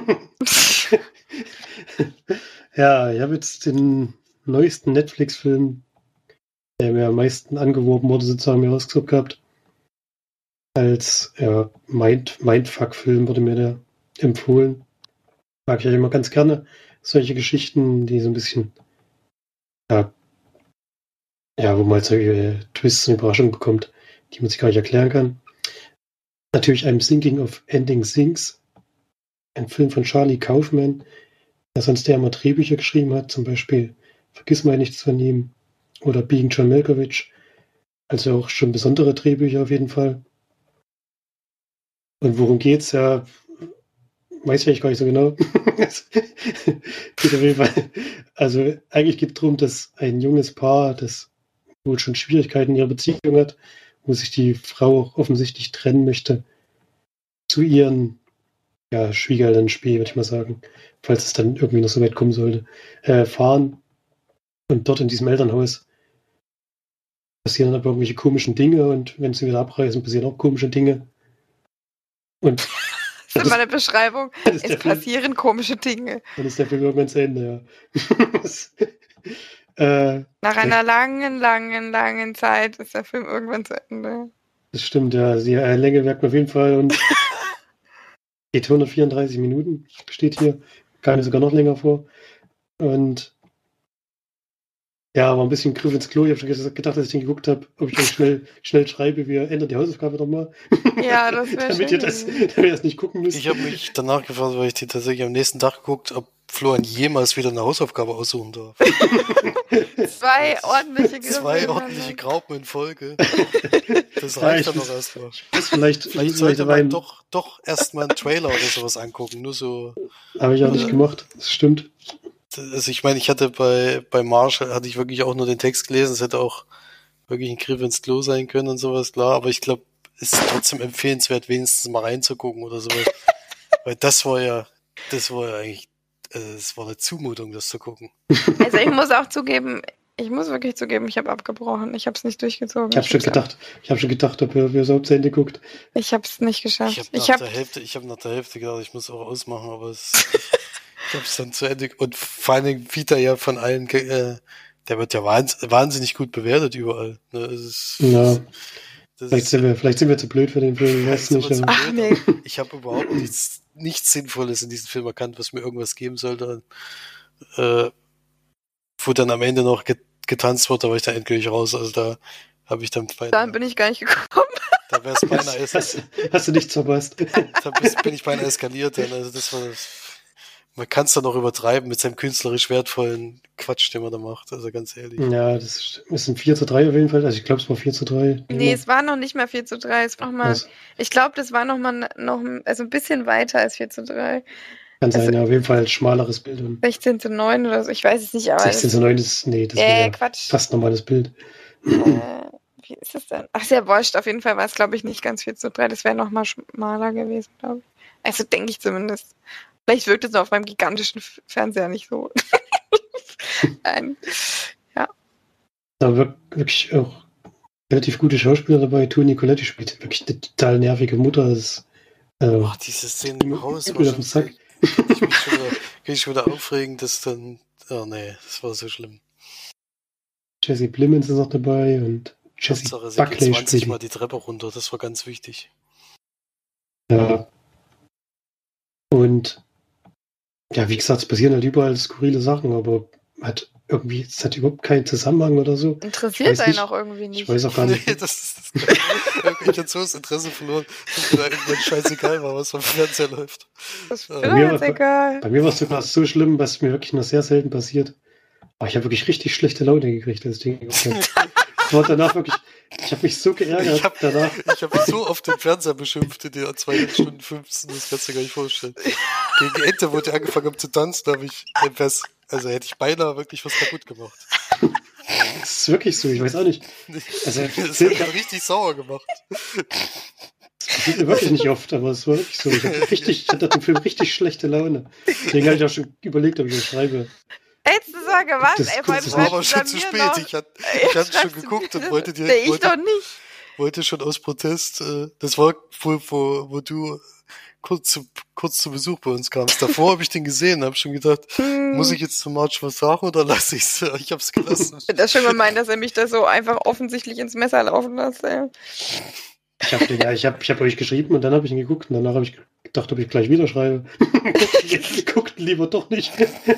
Ja, ich habe jetzt den neuesten Netflix-Film, der mir am meisten angeworben wurde, sozusagen mir rausgesucht gehabt. Als ja, Mind, Mindfuck-Film wurde mir der empfohlen. Mag ich ja immer ganz gerne. Solche Geschichten, die so ein bisschen, ja, ja, wo man halt solche Twists und Überraschungen bekommt, die man sich gar nicht erklären kann. Natürlich I'm Thinking of Ending Things. Ein Film von Charlie Kaufman, der sonst ja immer Drehbücher geschrieben hat, zum Beispiel Vergiss mal nichts von ihm oder Being John Malkovich. Also auch schon besondere Drehbücher auf jeden Fall. Und worum geht's? Ja, weiß ich eigentlich gar nicht so genau. Geht auf jeden Fall. Also eigentlich geht es darum, dass ein junges Paar, das wohl schon Schwierigkeiten in ihrer Beziehung hat, wo sich die Frau auch offensichtlich trennen möchte, zu ihren ja, Schwiegereltern spielen, würde ich mal sagen, falls es dann irgendwie noch so weit kommen sollte, äh, fahren. Und dort in diesem Elternhaus passieren dann aber irgendwelche komischen Dinge und wenn sie wieder abreisen, passieren auch komische Dinge. Und das ist meine Beschreibung. Es Film, passieren komische Dinge. Dann ist der Film irgendwann zu Ende, ja. äh, Nach einer langen, langen, langen Zeit ist der Film irgendwann zu Ende. Das stimmt, ja. Die äh, Länge merkt man auf jeden Fall und geht hundertvierunddreißig Minuten, steht hier. Kam mir sogar noch länger vor. Und ja, war ein bisschen Griff ins Klo. Ich habe schon gedacht, dass ich den geguckt habe, ob ich dann schnell, schnell schreibe, wir ändern die Hausaufgabe nochmal. Ja, das wäre damit schön. ihr das, damit ihr das nicht gucken müsst. Ich habe mich danach gefragt, weil ich die tatsächlich am nächsten Tag geguckt, ob Florian jemals wieder eine Hausaufgabe aussuchen darf. Zwei ordentliche Griffe. Zwei ordentliche Graupen in Folge. Das reicht Ja, ich dann noch muss- erstmal. Vielleicht, Vielleicht sollte man doch, doch erstmal einen Trailer oder sowas angucken. Nur so. Habe ich auch nicht Ja. gemacht. Das stimmt. Also ich meine, ich hatte bei, bei Marshall hatte ich wirklich auch nur den Text gelesen. Es hätte auch wirklich ein Griff ins Klo sein können und sowas, klar. Aber ich glaube, es ist trotzdem empfehlenswert, wenigstens mal reinzugucken oder sowas. Weil das war ja, das war ja eigentlich, äh, das war eine Zumutung, das zu gucken. Also ich muss auch zugeben, ich muss wirklich zugeben, ich habe abgebrochen. Ich habe es nicht durchgezogen. Ich habe schon hab's gedacht, ich habe schon gedacht, ob ihr, ob ihr so zu Ende guckt. ab- Ich habe es nicht geschafft. Ich habe Ich nach habe der Hälfte, ich habe nach der Hälfte gedacht, ich muss auch ausmachen, aber es, ich habe es dann zu Ende und vor allen Dingen Peter ja von allen, ge- äh, der wird ja wahns- wahnsinnig gut bewertet überall. Ne? Es ist, Ja. das Vielleicht ist, sind wir, vielleicht sind wir zu blöd für den Film, ich weiß Vielleicht nicht. sind wir Aber Ach nee. ich habe überhaupt nichts, nichts Sinnvolles in diesem Film erkannt, was mir irgendwas geben sollte. Äh, wo dann am Ende noch get- getanzt wurde, da war ich dann endgültig raus. Also da habe ich dann beinahe, Dann bin ich gar nicht gekommen. da wäre es beinahe, es- hast, hast du nichts verpasst? da bist- bin ich beinahe eskaliert dann. Also das war, man kann es dann noch übertreiben mit seinem künstlerisch wertvollen Quatsch, den man da macht. Also ganz ehrlich. Ja, das ist ein vier zu drei auf jeden Fall. Also ich glaube, es war vier zu drei. Nee, es war noch nicht mal vier zu drei. Es war noch mal, Das ich glaube, das war noch mal noch, also ein bisschen weiter als vier zu drei. kann sein, also- ja, auf jeden Fall ein schmaleres Bild. Und sechzehn zu neun oder so, ich weiß es nicht, aber sechzehn zu neun ist, nee, das das, äh, wäre Quatsch. fast normales Bild. Äh, wie ist es denn? Ach, sehr wurscht. Auf jeden Fall war es, glaube ich, nicht ganz vier zu drei. Das wäre noch mal schmaler gewesen, glaube ich. Also denke ich zumindest. Vielleicht wirkt es auf meinem gigantischen F- Fernseher nicht so. Nein. Da wir- wirklich auch relativ gute Schauspieler dabei. Toni Collette spielt wirklich eine total nervige Mutter. Das ist, äh, Oh, diese Szene im Haus übel war auf den schon, Sack. ich mich schon wieder, kann ich schon wieder aufregen, dass dann, oh nee, das war so schlimm. Jesse Plemons ist noch dabei und Jesse Hauptsache, sie geht Buckley zwanzig spielt. Mal die Treppe runter, das war ganz wichtig. Ja. Und ja, wie gesagt, es passieren halt überall skurrile Sachen, aber hat irgendwie, es hat überhaupt keinen Zusammenhang oder so. Interessiert weiß einen nicht. auch irgendwie Ich nicht. weiß auch gar nicht. Nee, das ist, ich hatte so das Interesse verloren, dass mir da irgendwann scheißegal war, was vom Fernseher läuft. Das ist Bei mir mir jetzt war- egal. Bei mir war es sogar so schlimm, was mir wirklich nur sehr selten passiert. Aber ich habe wirklich richtig schlechte Laune gekriegt, als ich den geguckt habe. Ich war danach wirklich, ich habe mich so geärgert Ich hab- danach. Ich habe so oft den Fernseher beschimpft in der zwei Stunden fünfzehn, das kannst du dir gar nicht vorstellen. Gegen die Ente, wo die angefangen haben zu tanzen, da habe ich etwas, also hätte ich beinahe wirklich was kaputt gemacht. Das ist wirklich so, ich weiß auch nicht. Also, das hat mich richtig sauer gemacht. Das passiert mir wirklich nicht oft, aber es war wirklich so. Ich hatte, richtig, ich hatte den Film richtig schlechte Laune. Deswegen habe ich auch schon überlegt, ob ich das schreibe. Hättest du sagen, was? Das- Ey, das vor allem Das ist war nicht- aber schreibst du schon dann zu mir spät. noch- Ich hatte, Ey, ich hatte schon schreibst du geguckt mir und das? wollte dir, Nee, ich wollte, doch nicht. wollte schon aus Protest, äh, das war wo, wo, wo du kurz zu, kurz zu Besuch bei uns kamst. Davor habe ich den gesehen, habe schon gedacht, muss ich jetzt zum March was sagen oder lasse ich es? Ich habe es gelassen. Das ist schon gemein, dass er mich da so einfach offensichtlich ins Messer laufen lässt, ey. Ich habe ja, ich hab, ich hab euch geschrieben und dann habe ich ihn geguckt und danach habe ich gedacht, ob ich gleich wieder schreibe. Geguckt lieber doch nicht.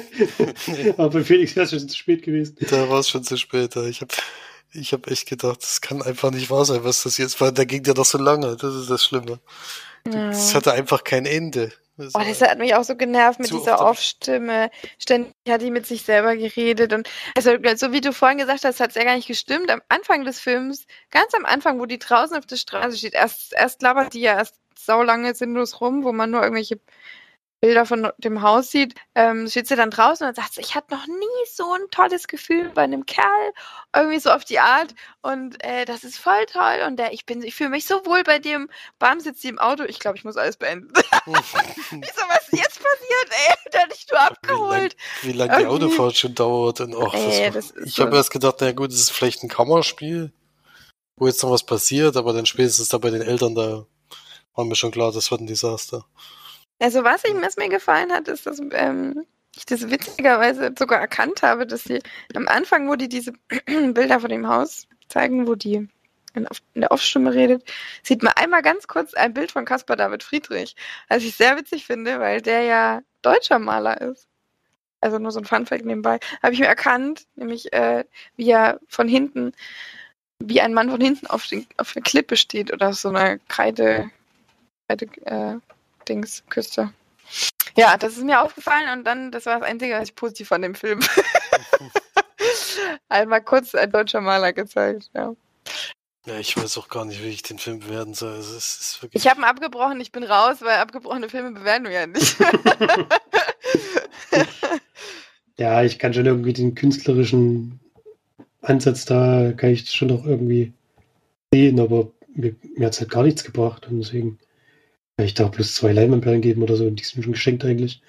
Aber bei Felix wäre es schon zu spät gewesen. Da war es schon zu spät. ja. Ich habe ich hab echt gedacht, das kann einfach nicht wahr sein, was das jetzt war. Da ging der doch so lange. Das ist das Schlimme. Ja. Das hatte einfach kein Ende. Das Oh, war- das hat mich auch so genervt mit Zu dieser oft hab ich- Off-Stimme. Ständig hat die mit sich selber geredet. Und also, so wie du vorhin gesagt hast, hat es ja gar nicht gestimmt. Am Anfang des Films, ganz am Anfang, wo die draußen auf der Straße steht, erst, erst labert die ja erst saulange sinnlos rum, wo man nur irgendwelche Bilder von dem Haus sieht, ähm, steht sie dann draußen und sagt, ich hatte noch nie so ein tolles Gefühl bei einem Kerl, irgendwie so auf die Art und äh, das ist voll toll und der, ich bin, ich fühle mich so wohl bei dem, bam, sitzt sie im Auto, ich glaube, ich muss alles beenden. Ich so, was ist jetzt passiert, ey? Der hat dich nur abgeholt. Wie lange die Irgendwie- Autofahrt schon dauert. Und auch, das Ey, war, das ist ich so- habe erst gedacht, na gut, das ist vielleicht ein Kammerspiel, wo jetzt noch was passiert, aber dann spätestens da bei den Eltern, da war mir schon klar, das wird ein Desaster. Also was, ich, was mir gefallen hat, ist, dass ähm, ich das witzigerweise sogar erkannt habe, dass sie am Anfang, wo die diese Bilder von dem Haus zeigen, wo die in, in der Off-Stimme redet, sieht man einmal ganz kurz ein Bild von Caspar David Friedrich, was ich sehr witzig finde, weil der ja deutscher Maler ist. Also nur so ein Funfact nebenbei. Habe ich mir erkannt, nämlich äh, wie er von hinten, wie ein Mann von hinten auf, den, auf einer Klippe steht oder auf so einer Kreide, Kreide äh, Dings, Küste. Ja, das ist mir aufgefallen und dann, das war das Einzige, was ich positiv von dem Film. Einmal kurz ein deutscher Maler gezeigt, ja. Ja, ich weiß auch gar nicht, wie ich den Film bewerten soll. Also, es ist wirklich. Ich habe ihn abgebrochen, ich bin raus, weil abgebrochene Filme bewerten wir ja nicht. Ja, ich kann schon irgendwie den künstlerischen Ansatz da, kann ich schon noch irgendwie sehen, aber mir, mir hat es halt gar nichts gebracht und deswegen kann ich da auch bloß zwei Leinwandperlen geben oder so und die sind schon geschenkt eigentlich.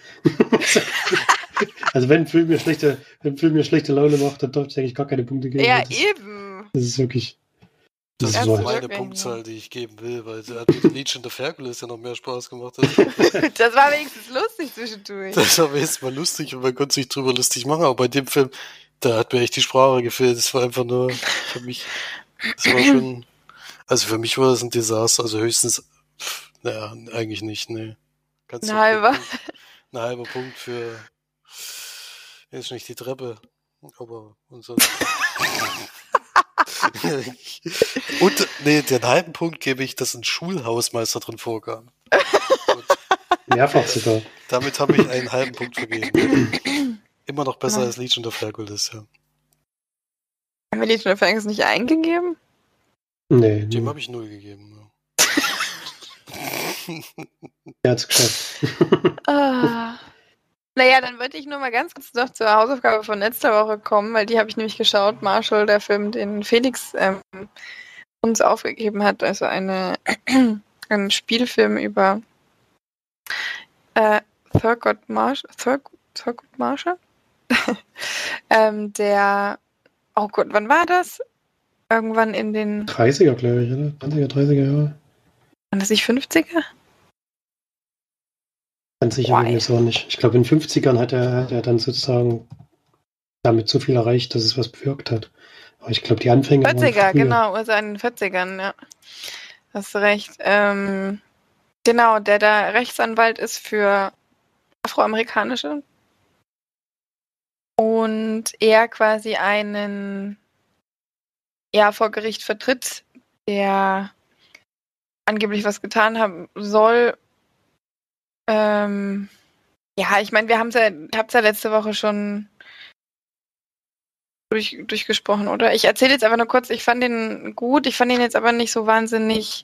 Also wenn ein Film mir schlechte, wenn ein Film mir schlechte Laune macht, dann darf ich eigentlich gar keine Punkte geben. Ja, das, eben. das ist wirklich. Das Das ist so auch ist halt. meine wirklich, Punktzahl, ja. die ich geben will, weil der hat mit dem Legion of Hercules ja noch mehr Spaß gemacht. Als Das war wenigstens lustig zwischendurch. das war jetzt mal lustig und man konnte sich drüber lustig machen, aber bei dem Film, da hat mir echt die Sprache gefehlt. Das war einfach nur für mich, das war schon, also für mich war das ein Desaster, also höchstens, pff, naja, eigentlich nicht, ne. Ganz Ein halber. Ein halber Punkt für, jetzt nicht die Treppe, aber unser. Und, nee, den halben Punkt gebe ich, dass ein Schulhausmeister drin vorkam. Gut. Mehrfach sogar. Damit habe ich einen halben Punkt vergeben. Immer noch besser Ja. als Legion of Hercules, ja. Haben wir Legion of Hercules nicht eingegeben? Nee, Dem nee. habe ich null gegeben. Ja. Er hat's geschafft. Ah. Naja, dann würde ich nur mal ganz kurz noch zur Hausaufgabe von letzter Woche kommen, weil die habe ich nämlich geschaut. Marshall, der Film, den Felix ähm, uns aufgegeben hat, also eine, ein Spielfilm über äh, Thurgood Marshall, Thurgood, Thurgood Marshall? ähm, der, oh Gott, wann war das? Irgendwann in den, dreißiger, glaube ich, oder? zwanziger, dreißiger Jahre. waren das nicht fünfziger? Ganz sicher Why? bin ich es auch nicht. Ich glaube, in den fünfzigern hat er, hat er dann sozusagen damit so viel erreicht, dass es was bewirkt hat. Aber ich glaube, die Anfänge waren vierziger, früher. genau, also in den vierzigern, ja. Hast du recht. Ähm, genau, der da Rechtsanwalt ist für Afroamerikanische. Und er quasi einen, ja, vor Gericht vertritt, der angeblich was getan haben soll. Ähm, ja, ich meine, wir haben es ja, hab's ja letzte Woche schon durch, durchgesprochen, oder? Ich erzähle jetzt aber nur kurz, ich fand den gut, ich fand ihn jetzt aber nicht so wahnsinnig,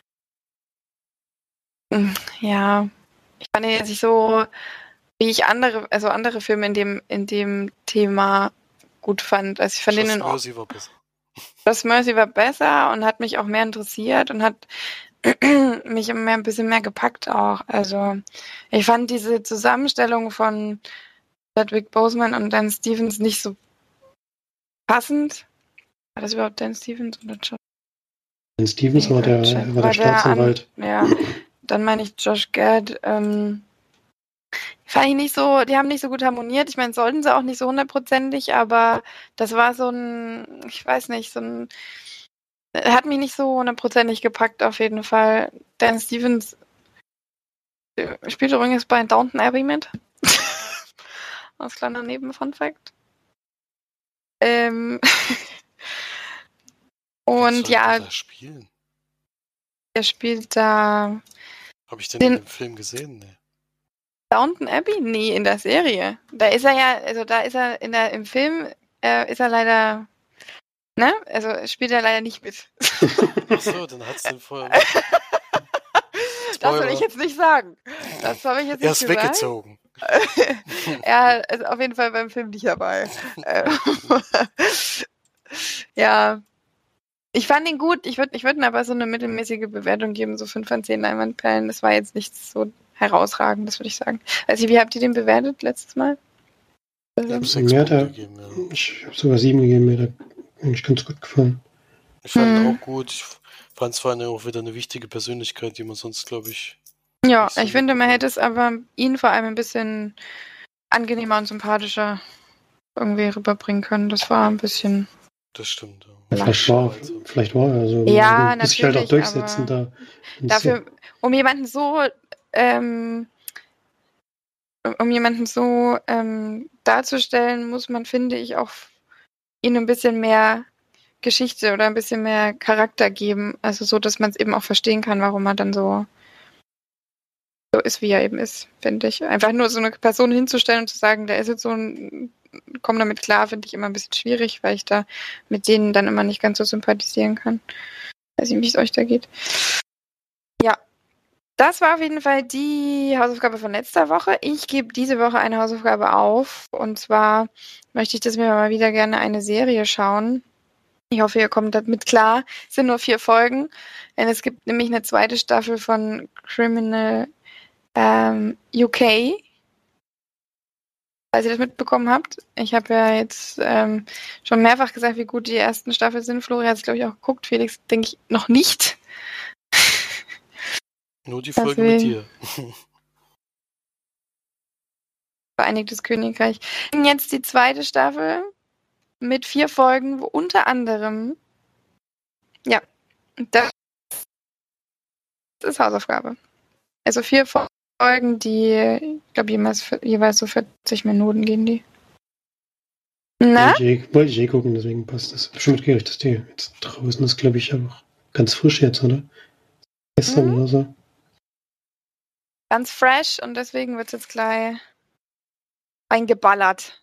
mm, ja, ich fand ihn jetzt nicht so, wie ich andere, also andere Filme in dem, in dem Thema gut fand. Also ich fand Just den in Ordnung. Mercy war besser. Just Mercy war besser und hat mich auch mehr interessiert und hat mich immer ein bisschen mehr gepackt auch. Also ich fand diese Zusammenstellung von Chadwick Boseman und Dan Stevens nicht so passend. War das überhaupt Dan Stevens oder Josh? Dan Stevens war der, war der Staatsanwalt. An, ja, dann meine ich Josh Gad. Ähm, fand ich nicht so, die haben nicht so gut harmoniert. Ich meine, sollten sie auch nicht so hundertprozentig, aber das war so ein, ich weiß nicht, so ein, hat mich nicht so hundertprozentig gepackt auf jeden Fall. Dan Stevens spielt übrigens bei Downton Abbey mit. Als kleiner Neben-Fun-Fact. Ähm Und ja, da spielen? er spielt da. Habe ich den, den in dem Film gesehen? Nee. Downton Abbey? Nee, in der Serie. Da ist er ja, also da ist er in der, im Film äh, ist er leider, ne? Also spielt er leider nicht mit. Ach so, dann hat's den vorher. Das will ich jetzt nicht sagen. Das habe ich jetzt nicht er ist gesagt. weggezogen. Er ist auf jeden Fall beim Film nicht dabei. Ja. Ich fand ihn gut. Ich würde ich würd ihm aber so eine mittelmäßige Bewertung geben, so fünf von zehn Leinwandperlen. Das war jetzt nichts so herausragendes, würde ich sagen. Also, wie habt ihr den bewertet letztes Mal? Ich habe sechs Punkte gegeben, ja. Ich habe sogar sieben gegeben, mir hat eigentlich ganz gut gefallen. Ich fand ihn hm. auch gut. Ich fand es vor allem auch wieder eine wichtige Persönlichkeit, die man sonst, glaube ich... Ja, ich finde, man hätte es aber ihn vor allem ein bisschen angenehmer und sympathischer irgendwie rüberbringen können. Das war ein bisschen... Das stimmt, ja. Vielleicht war, vielleicht war er so. Ja, muss sich halt auch durchsetzen da. Dafür, so. um jemanden so, ähm, um jemanden so ähm, darzustellen, muss man, finde ich, auch ihnen ein bisschen mehr Geschichte oder ein bisschen mehr Charakter geben. Also so, dass man es eben auch verstehen kann, warum er dann so so ist, wie er eben ist, finde ich. Einfach nur so eine Person hinzustellen und zu sagen, der ist jetzt so ein, komm damit klar, finde ich immer ein bisschen schwierig, weil ich da mit denen dann immer nicht ganz so sympathisieren kann. Weiß nicht, wie es euch da geht. Ja, das war auf jeden Fall die Hausaufgabe von letzter Woche. Ich gebe diese Woche eine Hausaufgabe auf und zwar möchte ich, dass wir mal wieder gerne eine Serie schauen. Ich hoffe, ihr kommt damit klar. Es sind nur vier Folgen. Denn es gibt nämlich eine zweite Staffel von Criminal ähm, U K. Falls ihr das mitbekommen habt. Ich habe ja jetzt ähm, schon mehrfach gesagt, wie gut die ersten Staffeln sind. Florian hat es, glaube ich, auch geguckt. Felix, denke ich, noch nicht. Nur die Folge Deswegen. mit dir. Vereinigtes Königreich. Jetzt die zweite Staffel mit vier Folgen, wo unter anderem ja, das ist Hausaufgabe. Also vier Folgen, die, ich glaube, jeweils, jeweils so vierzig Minuten gehen die. Na? Wollte ich, wollte ich eh gucken, deswegen passt das. Ich habe schon mitgekriegt, dass die jetzt draußen ist, glaube ich, auch ganz frisch jetzt, oder? Gestern mhm. oder so. Ganz fresh und deswegen wird es jetzt gleich eingeballert.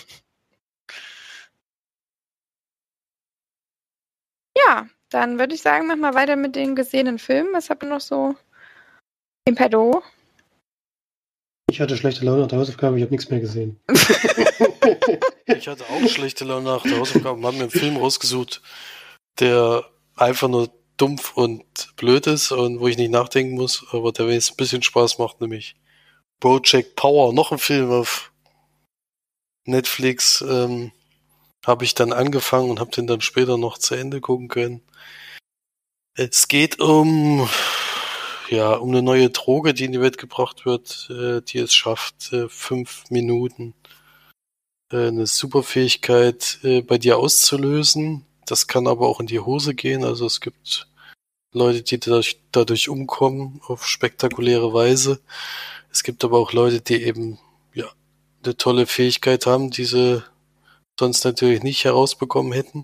Ja, dann würde ich sagen, mach mal weiter mit den gesehenen Filmen. Was habt ihr noch so im Pedo? Ich hatte schlechte Laune nach der Hausaufgabe, ich habe nichts mehr gesehen. Ich hatte auch schlechte Laune nach der Hausaufgabe und habe mir einen Film rausgesucht, der einfach nur dumpf und blöd ist und wo ich nicht nachdenken muss, aber der wenigstens ein bisschen Spaß macht, nämlich Project Power, noch ein Film auf Netflix, ähm, habe ich dann angefangen und habe den dann später noch zu Ende gucken können. Es geht um ja um eine neue Droge, die in die Welt gebracht wird, äh, die es schafft, äh, fünf Minuten äh, eine Superfähigkeit äh, bei dir auszulösen. Das kann aber auch in die Hose gehen. Also es gibt Leute, die dadurch, dadurch umkommen auf spektakuläre Weise. Es gibt aber auch Leute, die eben ja eine tolle Fähigkeit haben, die sie sonst natürlich nicht herausbekommen hätten.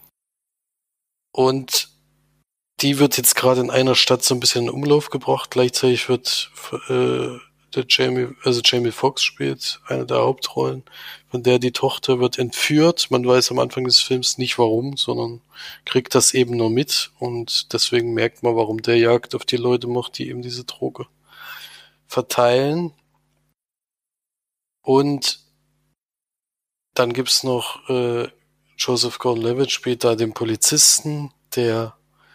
Und die wird jetzt gerade in einer Stadt so ein bisschen in Umlauf gebracht. Gleichzeitig wird äh, der Jamie, also Jamie Foxx spielt eine der Hauptrollen, von der die Tochter wird entführt. Man weiß am Anfang des Films nicht warum, sondern kriegt das eben nur mit und deswegen merkt man, warum der Jagd auf die Leute macht, die eben diese Droge verteilen. Und dann gibt's noch äh, Joseph Gordon-Levitt spielt da den Polizisten, der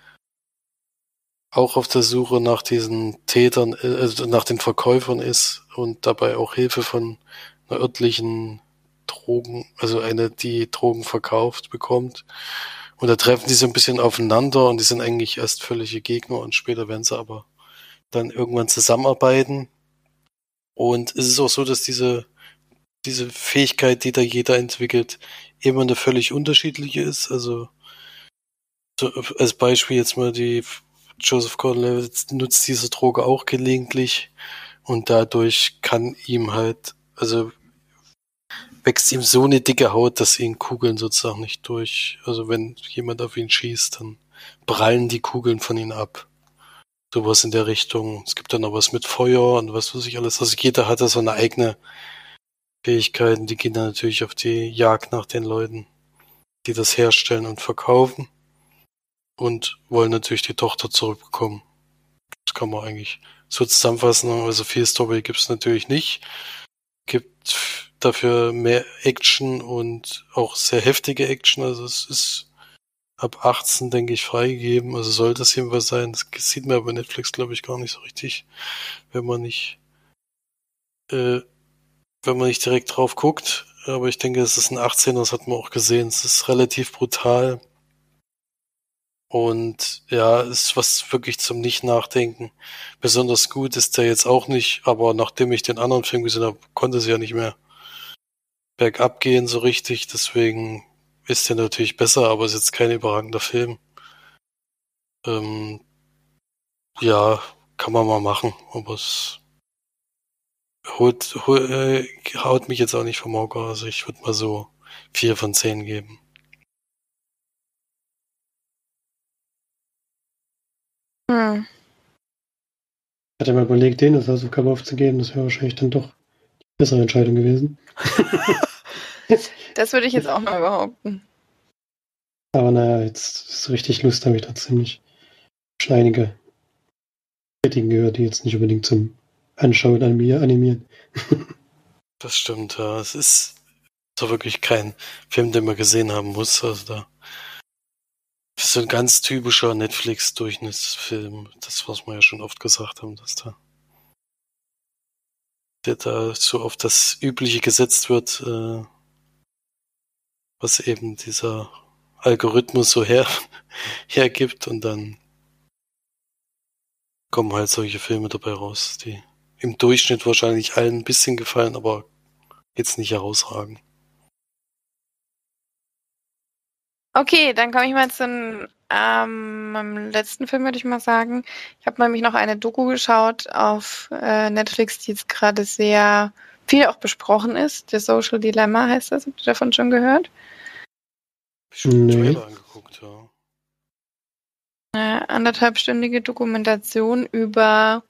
auch auf der Suche nach diesen Tätern, äh, also nach den Verkäufern ist und dabei auch Hilfe von einer örtlichen Drogen, also eine, die Drogen verkauft, bekommt. Und da treffen die so ein bisschen aufeinander und die sind eigentlich erst völlige Gegner und später werden sie aber dann irgendwann zusammenarbeiten. Und es ist auch so, dass diese, diese Fähigkeit, die da jeder entwickelt, immer eine völlig unterschiedliche ist. Also so als Beispiel jetzt mal die Joseph Gordon-Levitt nutzt diese Droge auch gelegentlich und dadurch kann ihm halt, also wächst ihm so eine dicke Haut, dass ihn Kugeln sozusagen nicht durch, also wenn jemand auf ihn schießt, dann prallen die Kugeln von ihm ab. Sowas in der Richtung. Es gibt dann noch was mit Feuer und was weiß ich alles. Also jeder hat da so eine eigene Fähigkeiten, die gehen dann natürlich auf die Jagd nach den Leuten, die das herstellen und verkaufen und wollen natürlich die Tochter zurückbekommen. Das kann man eigentlich so zusammenfassen. Also viel Story gibt's natürlich nicht. Gibt dafür mehr Action und auch sehr heftige Action. Also es ist ab achtzehn, denke ich, freigegeben. Also sollte es jedenfalls sein. Das sieht man bei Netflix, glaube ich, gar nicht so richtig, wenn man nicht äh, wenn man nicht direkt drauf guckt. Aber ich denke, es ist ein achtzehner, das hat man auch gesehen. Es ist relativ brutal. Und ja, ist was wirklich zum Nicht-Nachdenken. Besonders gut ist der jetzt auch nicht, aber nachdem ich den anderen Film gesehen habe, konnte es ja nicht mehr bergab gehen so richtig. Deswegen ist der natürlich besser, aber ist jetzt kein überragender Film. Ähm, ja, kann man mal machen, aber es holt, hol, äh, haut mich jetzt auch nicht vom Hocker. Also ich würde mal so vier von zehn geben. Hm. Ich hatte mal überlegt, den als Hausaufgabe aufzugeben. Das wäre wahrscheinlich dann doch die bessere Entscheidung gewesen. Das würde ich jetzt auch mal behaupten. Aber naja, jetzt so richtig Lust habe ich trotzdem nicht. Schon einige Kritiken gehört, die jetzt nicht unbedingt zum Anschauen an mir animieren. Das stimmt, ja. Es ist so wirklich kein Film, den man gesehen haben muss. Also da ist so ein ganz typischer Netflix-Durchschnittsfilm. Das, was wir ja schon oft gesagt haben, dass da der da so auf das Übliche gesetzt wird, äh, was eben dieser Algorithmus so her hergibt und dann kommen halt solche Filme dabei raus, die im Durchschnitt wahrscheinlich allen ein bisschen gefallen, aber jetzt nicht herausragen. Okay, dann komme ich mal zum ähm, meinem letzten Film, würde ich mal sagen. Ich habe nämlich noch eine Doku geschaut auf äh, Netflix, die jetzt gerade sehr viel auch besprochen ist. The Social Dilemma heißt das. Habt ihr davon schon gehört? Hab ich schon den Nee. Trailer angeguckt, ja. Eine anderthalbstündige Dokumentation über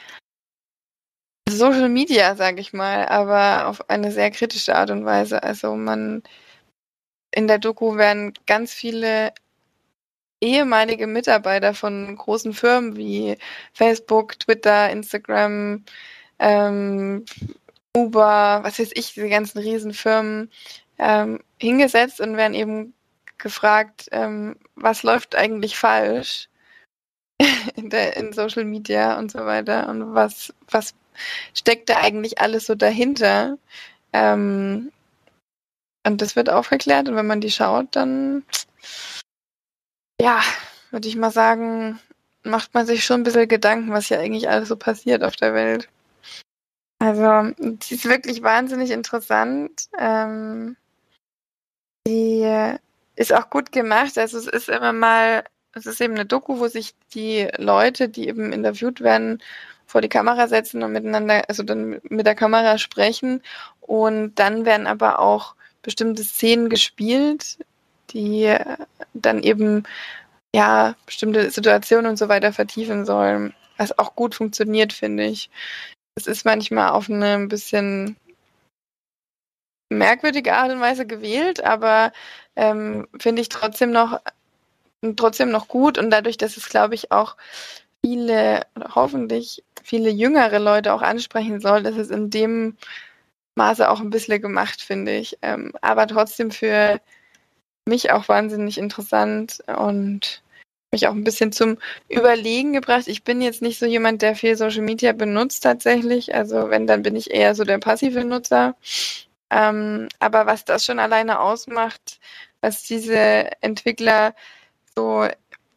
Social Media, sage ich mal, aber auf eine sehr kritische Art und Weise. Also man in der Doku werden ganz viele ehemalige Mitarbeiter von großen Firmen wie Facebook, Twitter, Instagram, ähm, Uber, was weiß ich, diese ganzen Riesenfirmen ähm, hingesetzt und werden eben gefragt, ähm, was läuft eigentlich falsch in, der, in Social Media und so weiter und was, was steckt da eigentlich alles so dahinter. Ähm, und das wird aufgeklärt und wenn man die schaut, dann ja, würde ich mal sagen, macht man sich schon ein bisschen Gedanken, was hier eigentlich alles so passiert auf der Welt. Also, die ist wirklich wahnsinnig interessant. Ähm, die ist auch gut gemacht. Also, es ist immer mal, es ist eben eine Doku, wo sich die Leute, die eben interviewt werden, vor die Kamera setzen und miteinander, also dann mit der Kamera sprechen. Und dann werden aber auch bestimmte Szenen gespielt, die dann eben ja, bestimmte Situationen und so weiter vertiefen sollen. Was auch gut funktioniert, finde ich. Es ist manchmal auf eine ein bisschen merkwürdige Art und Weise gewählt, aber ähm, finde ich trotzdem noch trotzdem noch gut und dadurch, dass es, glaube ich, auch viele oder hoffentlich viele jüngere Leute auch ansprechen soll, dass es in dem Maße auch ein bisschen gemacht, finde ich. Ähm, aber trotzdem für mich auch wahnsinnig interessant und mich auch ein bisschen zum Überlegen gebracht. Ich bin jetzt nicht so jemand, der viel Social Media benutzt tatsächlich. Also wenn, dann bin ich eher so der passive Nutzer. Ähm, aber was das schon alleine ausmacht, was diese Entwickler so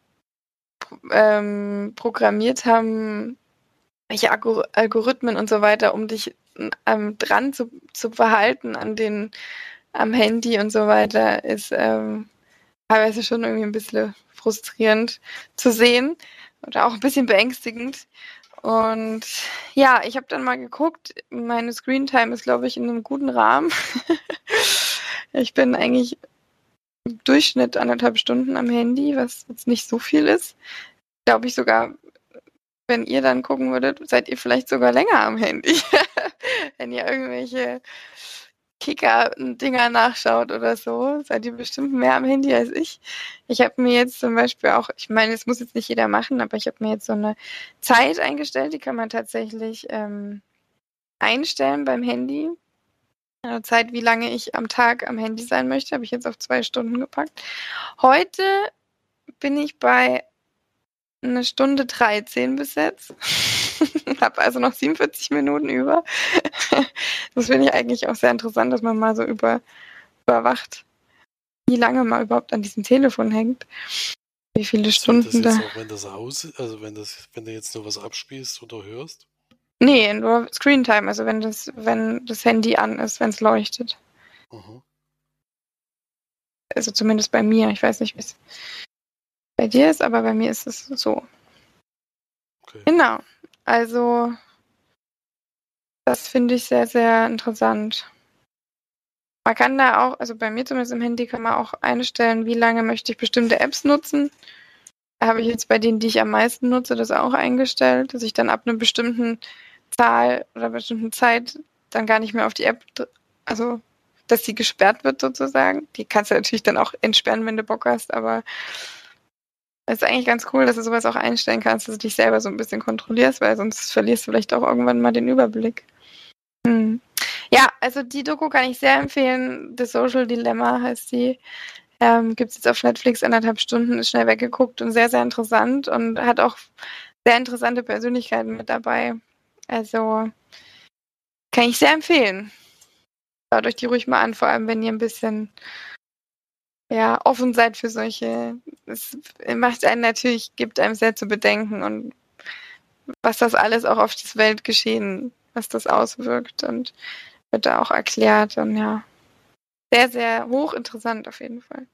ähm, programmiert haben, welche Algor- Algorithmen und so weiter, um dich ähm, dran zu, zu verhalten an den, am Handy und so weiter, ist ähm, teilweise schon irgendwie ein bisschen frustrierend zu sehen oder auch ein bisschen beängstigend. Und ja, ich habe dann mal geguckt, meine Screentime ist, glaube ich, in einem guten Rahmen. Ich bin eigentlich im Durchschnitt anderthalb Stunden am Handy, was jetzt nicht so viel ist. Glaube ich sogar, wenn ihr dann gucken würdet, seid ihr vielleicht sogar länger am Handy. Wenn ihr irgendwelche Kicker-Dinger nachschaut oder so, seid ihr bestimmt mehr am Handy als ich. Ich habe mir jetzt zum Beispiel auch, ich meine, das muss jetzt nicht jeder machen, aber ich habe mir jetzt so eine Zeit eingestellt, die kann man tatsächlich ähm, einstellen beim Handy. Eine Zeit, wie lange ich am Tag am Handy sein möchte, habe ich jetzt auf zwei Stunden gepackt. Heute bin ich bei eine Stunde dreizehn bis jetzt. Habe also noch siebenundvierzig Minuten über. Das finde ich eigentlich auch sehr interessant, dass man mal so über, überwacht, wie lange man überhaupt an diesem Telefon hängt. Wie viele Zählt das Stunden jetzt da. auch, wenn das aus ist, also wenn das, wenn du jetzt nur was abspielst oder hörst? Nee, nur Screentime, also wenn das, wenn das Handy an ist, wenn es leuchtet. Mhm. Also zumindest bei mir. Ich weiß nicht, wie es bei dir ist, aber bei mir ist es so. Okay. Genau. Also das finde ich sehr, sehr interessant. Man kann da auch, also bei mir zumindest im Handy kann man auch einstellen, wie lange möchte ich bestimmte Apps nutzen. Da habe ich jetzt bei denen, die ich am meisten nutze, das auch eingestellt, dass ich dann ab einer bestimmten Zahl oder einer bestimmten Zeit dann gar nicht mehr auf die App, dr- also dass die gesperrt wird sozusagen. Die kannst du natürlich dann auch entsperren, wenn du Bock hast, aber es ist eigentlich ganz cool, dass du sowas auch einstellen kannst, dass du dich selber so ein bisschen kontrollierst, weil sonst verlierst du vielleicht auch irgendwann mal den Überblick. Hm. Ja, also die Doku kann ich sehr empfehlen. The Social Dilemma heißt die. Ähm, Gibt es jetzt auf Netflix, anderthalb Stunden, ist schnell weggeguckt und sehr, sehr interessant und hat auch sehr interessante Persönlichkeiten mit dabei. Also kann ich sehr empfehlen. Schaut euch die ruhig mal an, vor allem wenn ihr ein bisschen ja, offen seid für solche. Es macht einen natürlich, gibt einem sehr zu bedenken und was das alles auch auf das Weltgeschehen, was das auswirkt und wird da auch erklärt und ja, sehr, sehr hochinteressant auf jeden Fall.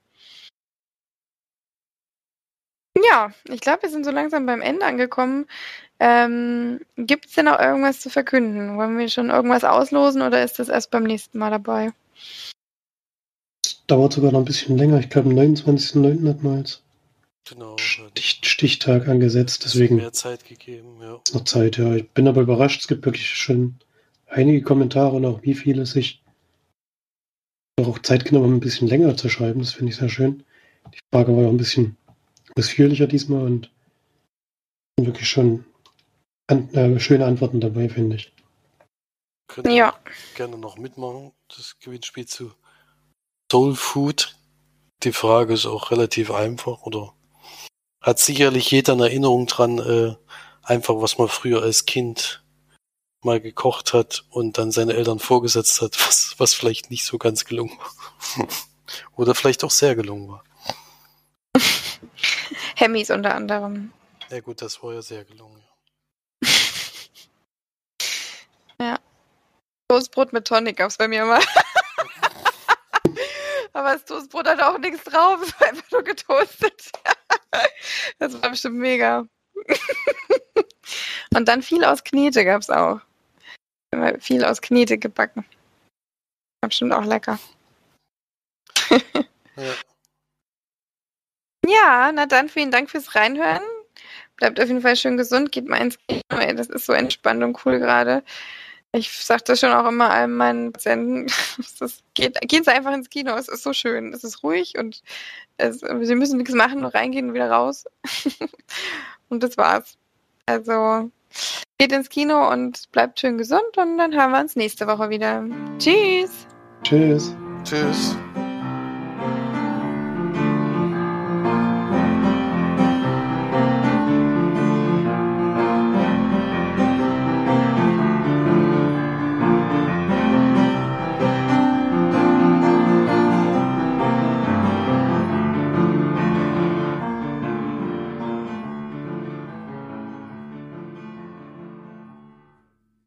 Ja, ich glaube, wir sind so langsam beim Ende angekommen. Ähm, Gibt es denn noch irgendwas zu verkünden? Wollen wir schon irgendwas auslosen oder ist das erst beim nächsten Mal dabei? Dauert sogar noch ein bisschen länger. Ich glaube, am neunundzwanzigsten neunten hat man jetzt Genau. Stich, Stichtag angesetzt. Bisschen Deswegen mehr Zeit gegeben, ja. ist noch Zeit. Ja, ich bin aber überrascht. Es gibt wirklich schon einige Kommentare und auch wie viele sich doch auch Zeit genommen haben, ein bisschen länger zu schreiben. Das finde ich sehr schön. Die Frage war auch ein bisschen ausführlicher diesmal und wirklich schon an, äh, schöne Antworten dabei, finde ich. Könnt ihr Ja. gerne noch mitmachen, das Gewinnspiel zu Soul Food. Die Frage ist auch relativ einfach, oder hat sicherlich jeder eine Erinnerung dran, äh, einfach was man früher als Kind mal gekocht hat und dann seine Eltern vorgesetzt hat, was, was vielleicht nicht so ganz gelungen war. Oder vielleicht auch sehr gelungen war. Hemmys unter anderem. Ja gut, das war ja sehr gelungen. Ja. Toastbrot mit Tonic gab es bei mir immer. Aber das Toastbrot hat auch nichts drauf, es war einfach nur getoastet. Das war bestimmt mega. Und dann viel aus Knete gab es auch. Immer viel aus Knete gebacken. War bestimmt auch lecker. Ja. Ja, na dann vielen Dank fürs Reinhören. Bleibt auf jeden Fall schön gesund, geht mal ins Kino, ey, das ist so entspannt und cool gerade. Ich sage das schon auch immer allen meinen Patienten, das geht, gehen Sie einfach ins Kino, es ist so schön, es ist ruhig und es, Sie müssen nichts machen, nur reingehen und wieder raus. Und das war's. Also Geht ins Kino und bleibt schön gesund und dann hören wir uns nächste Woche wieder. Tschüss! Tschüss. Tschüss.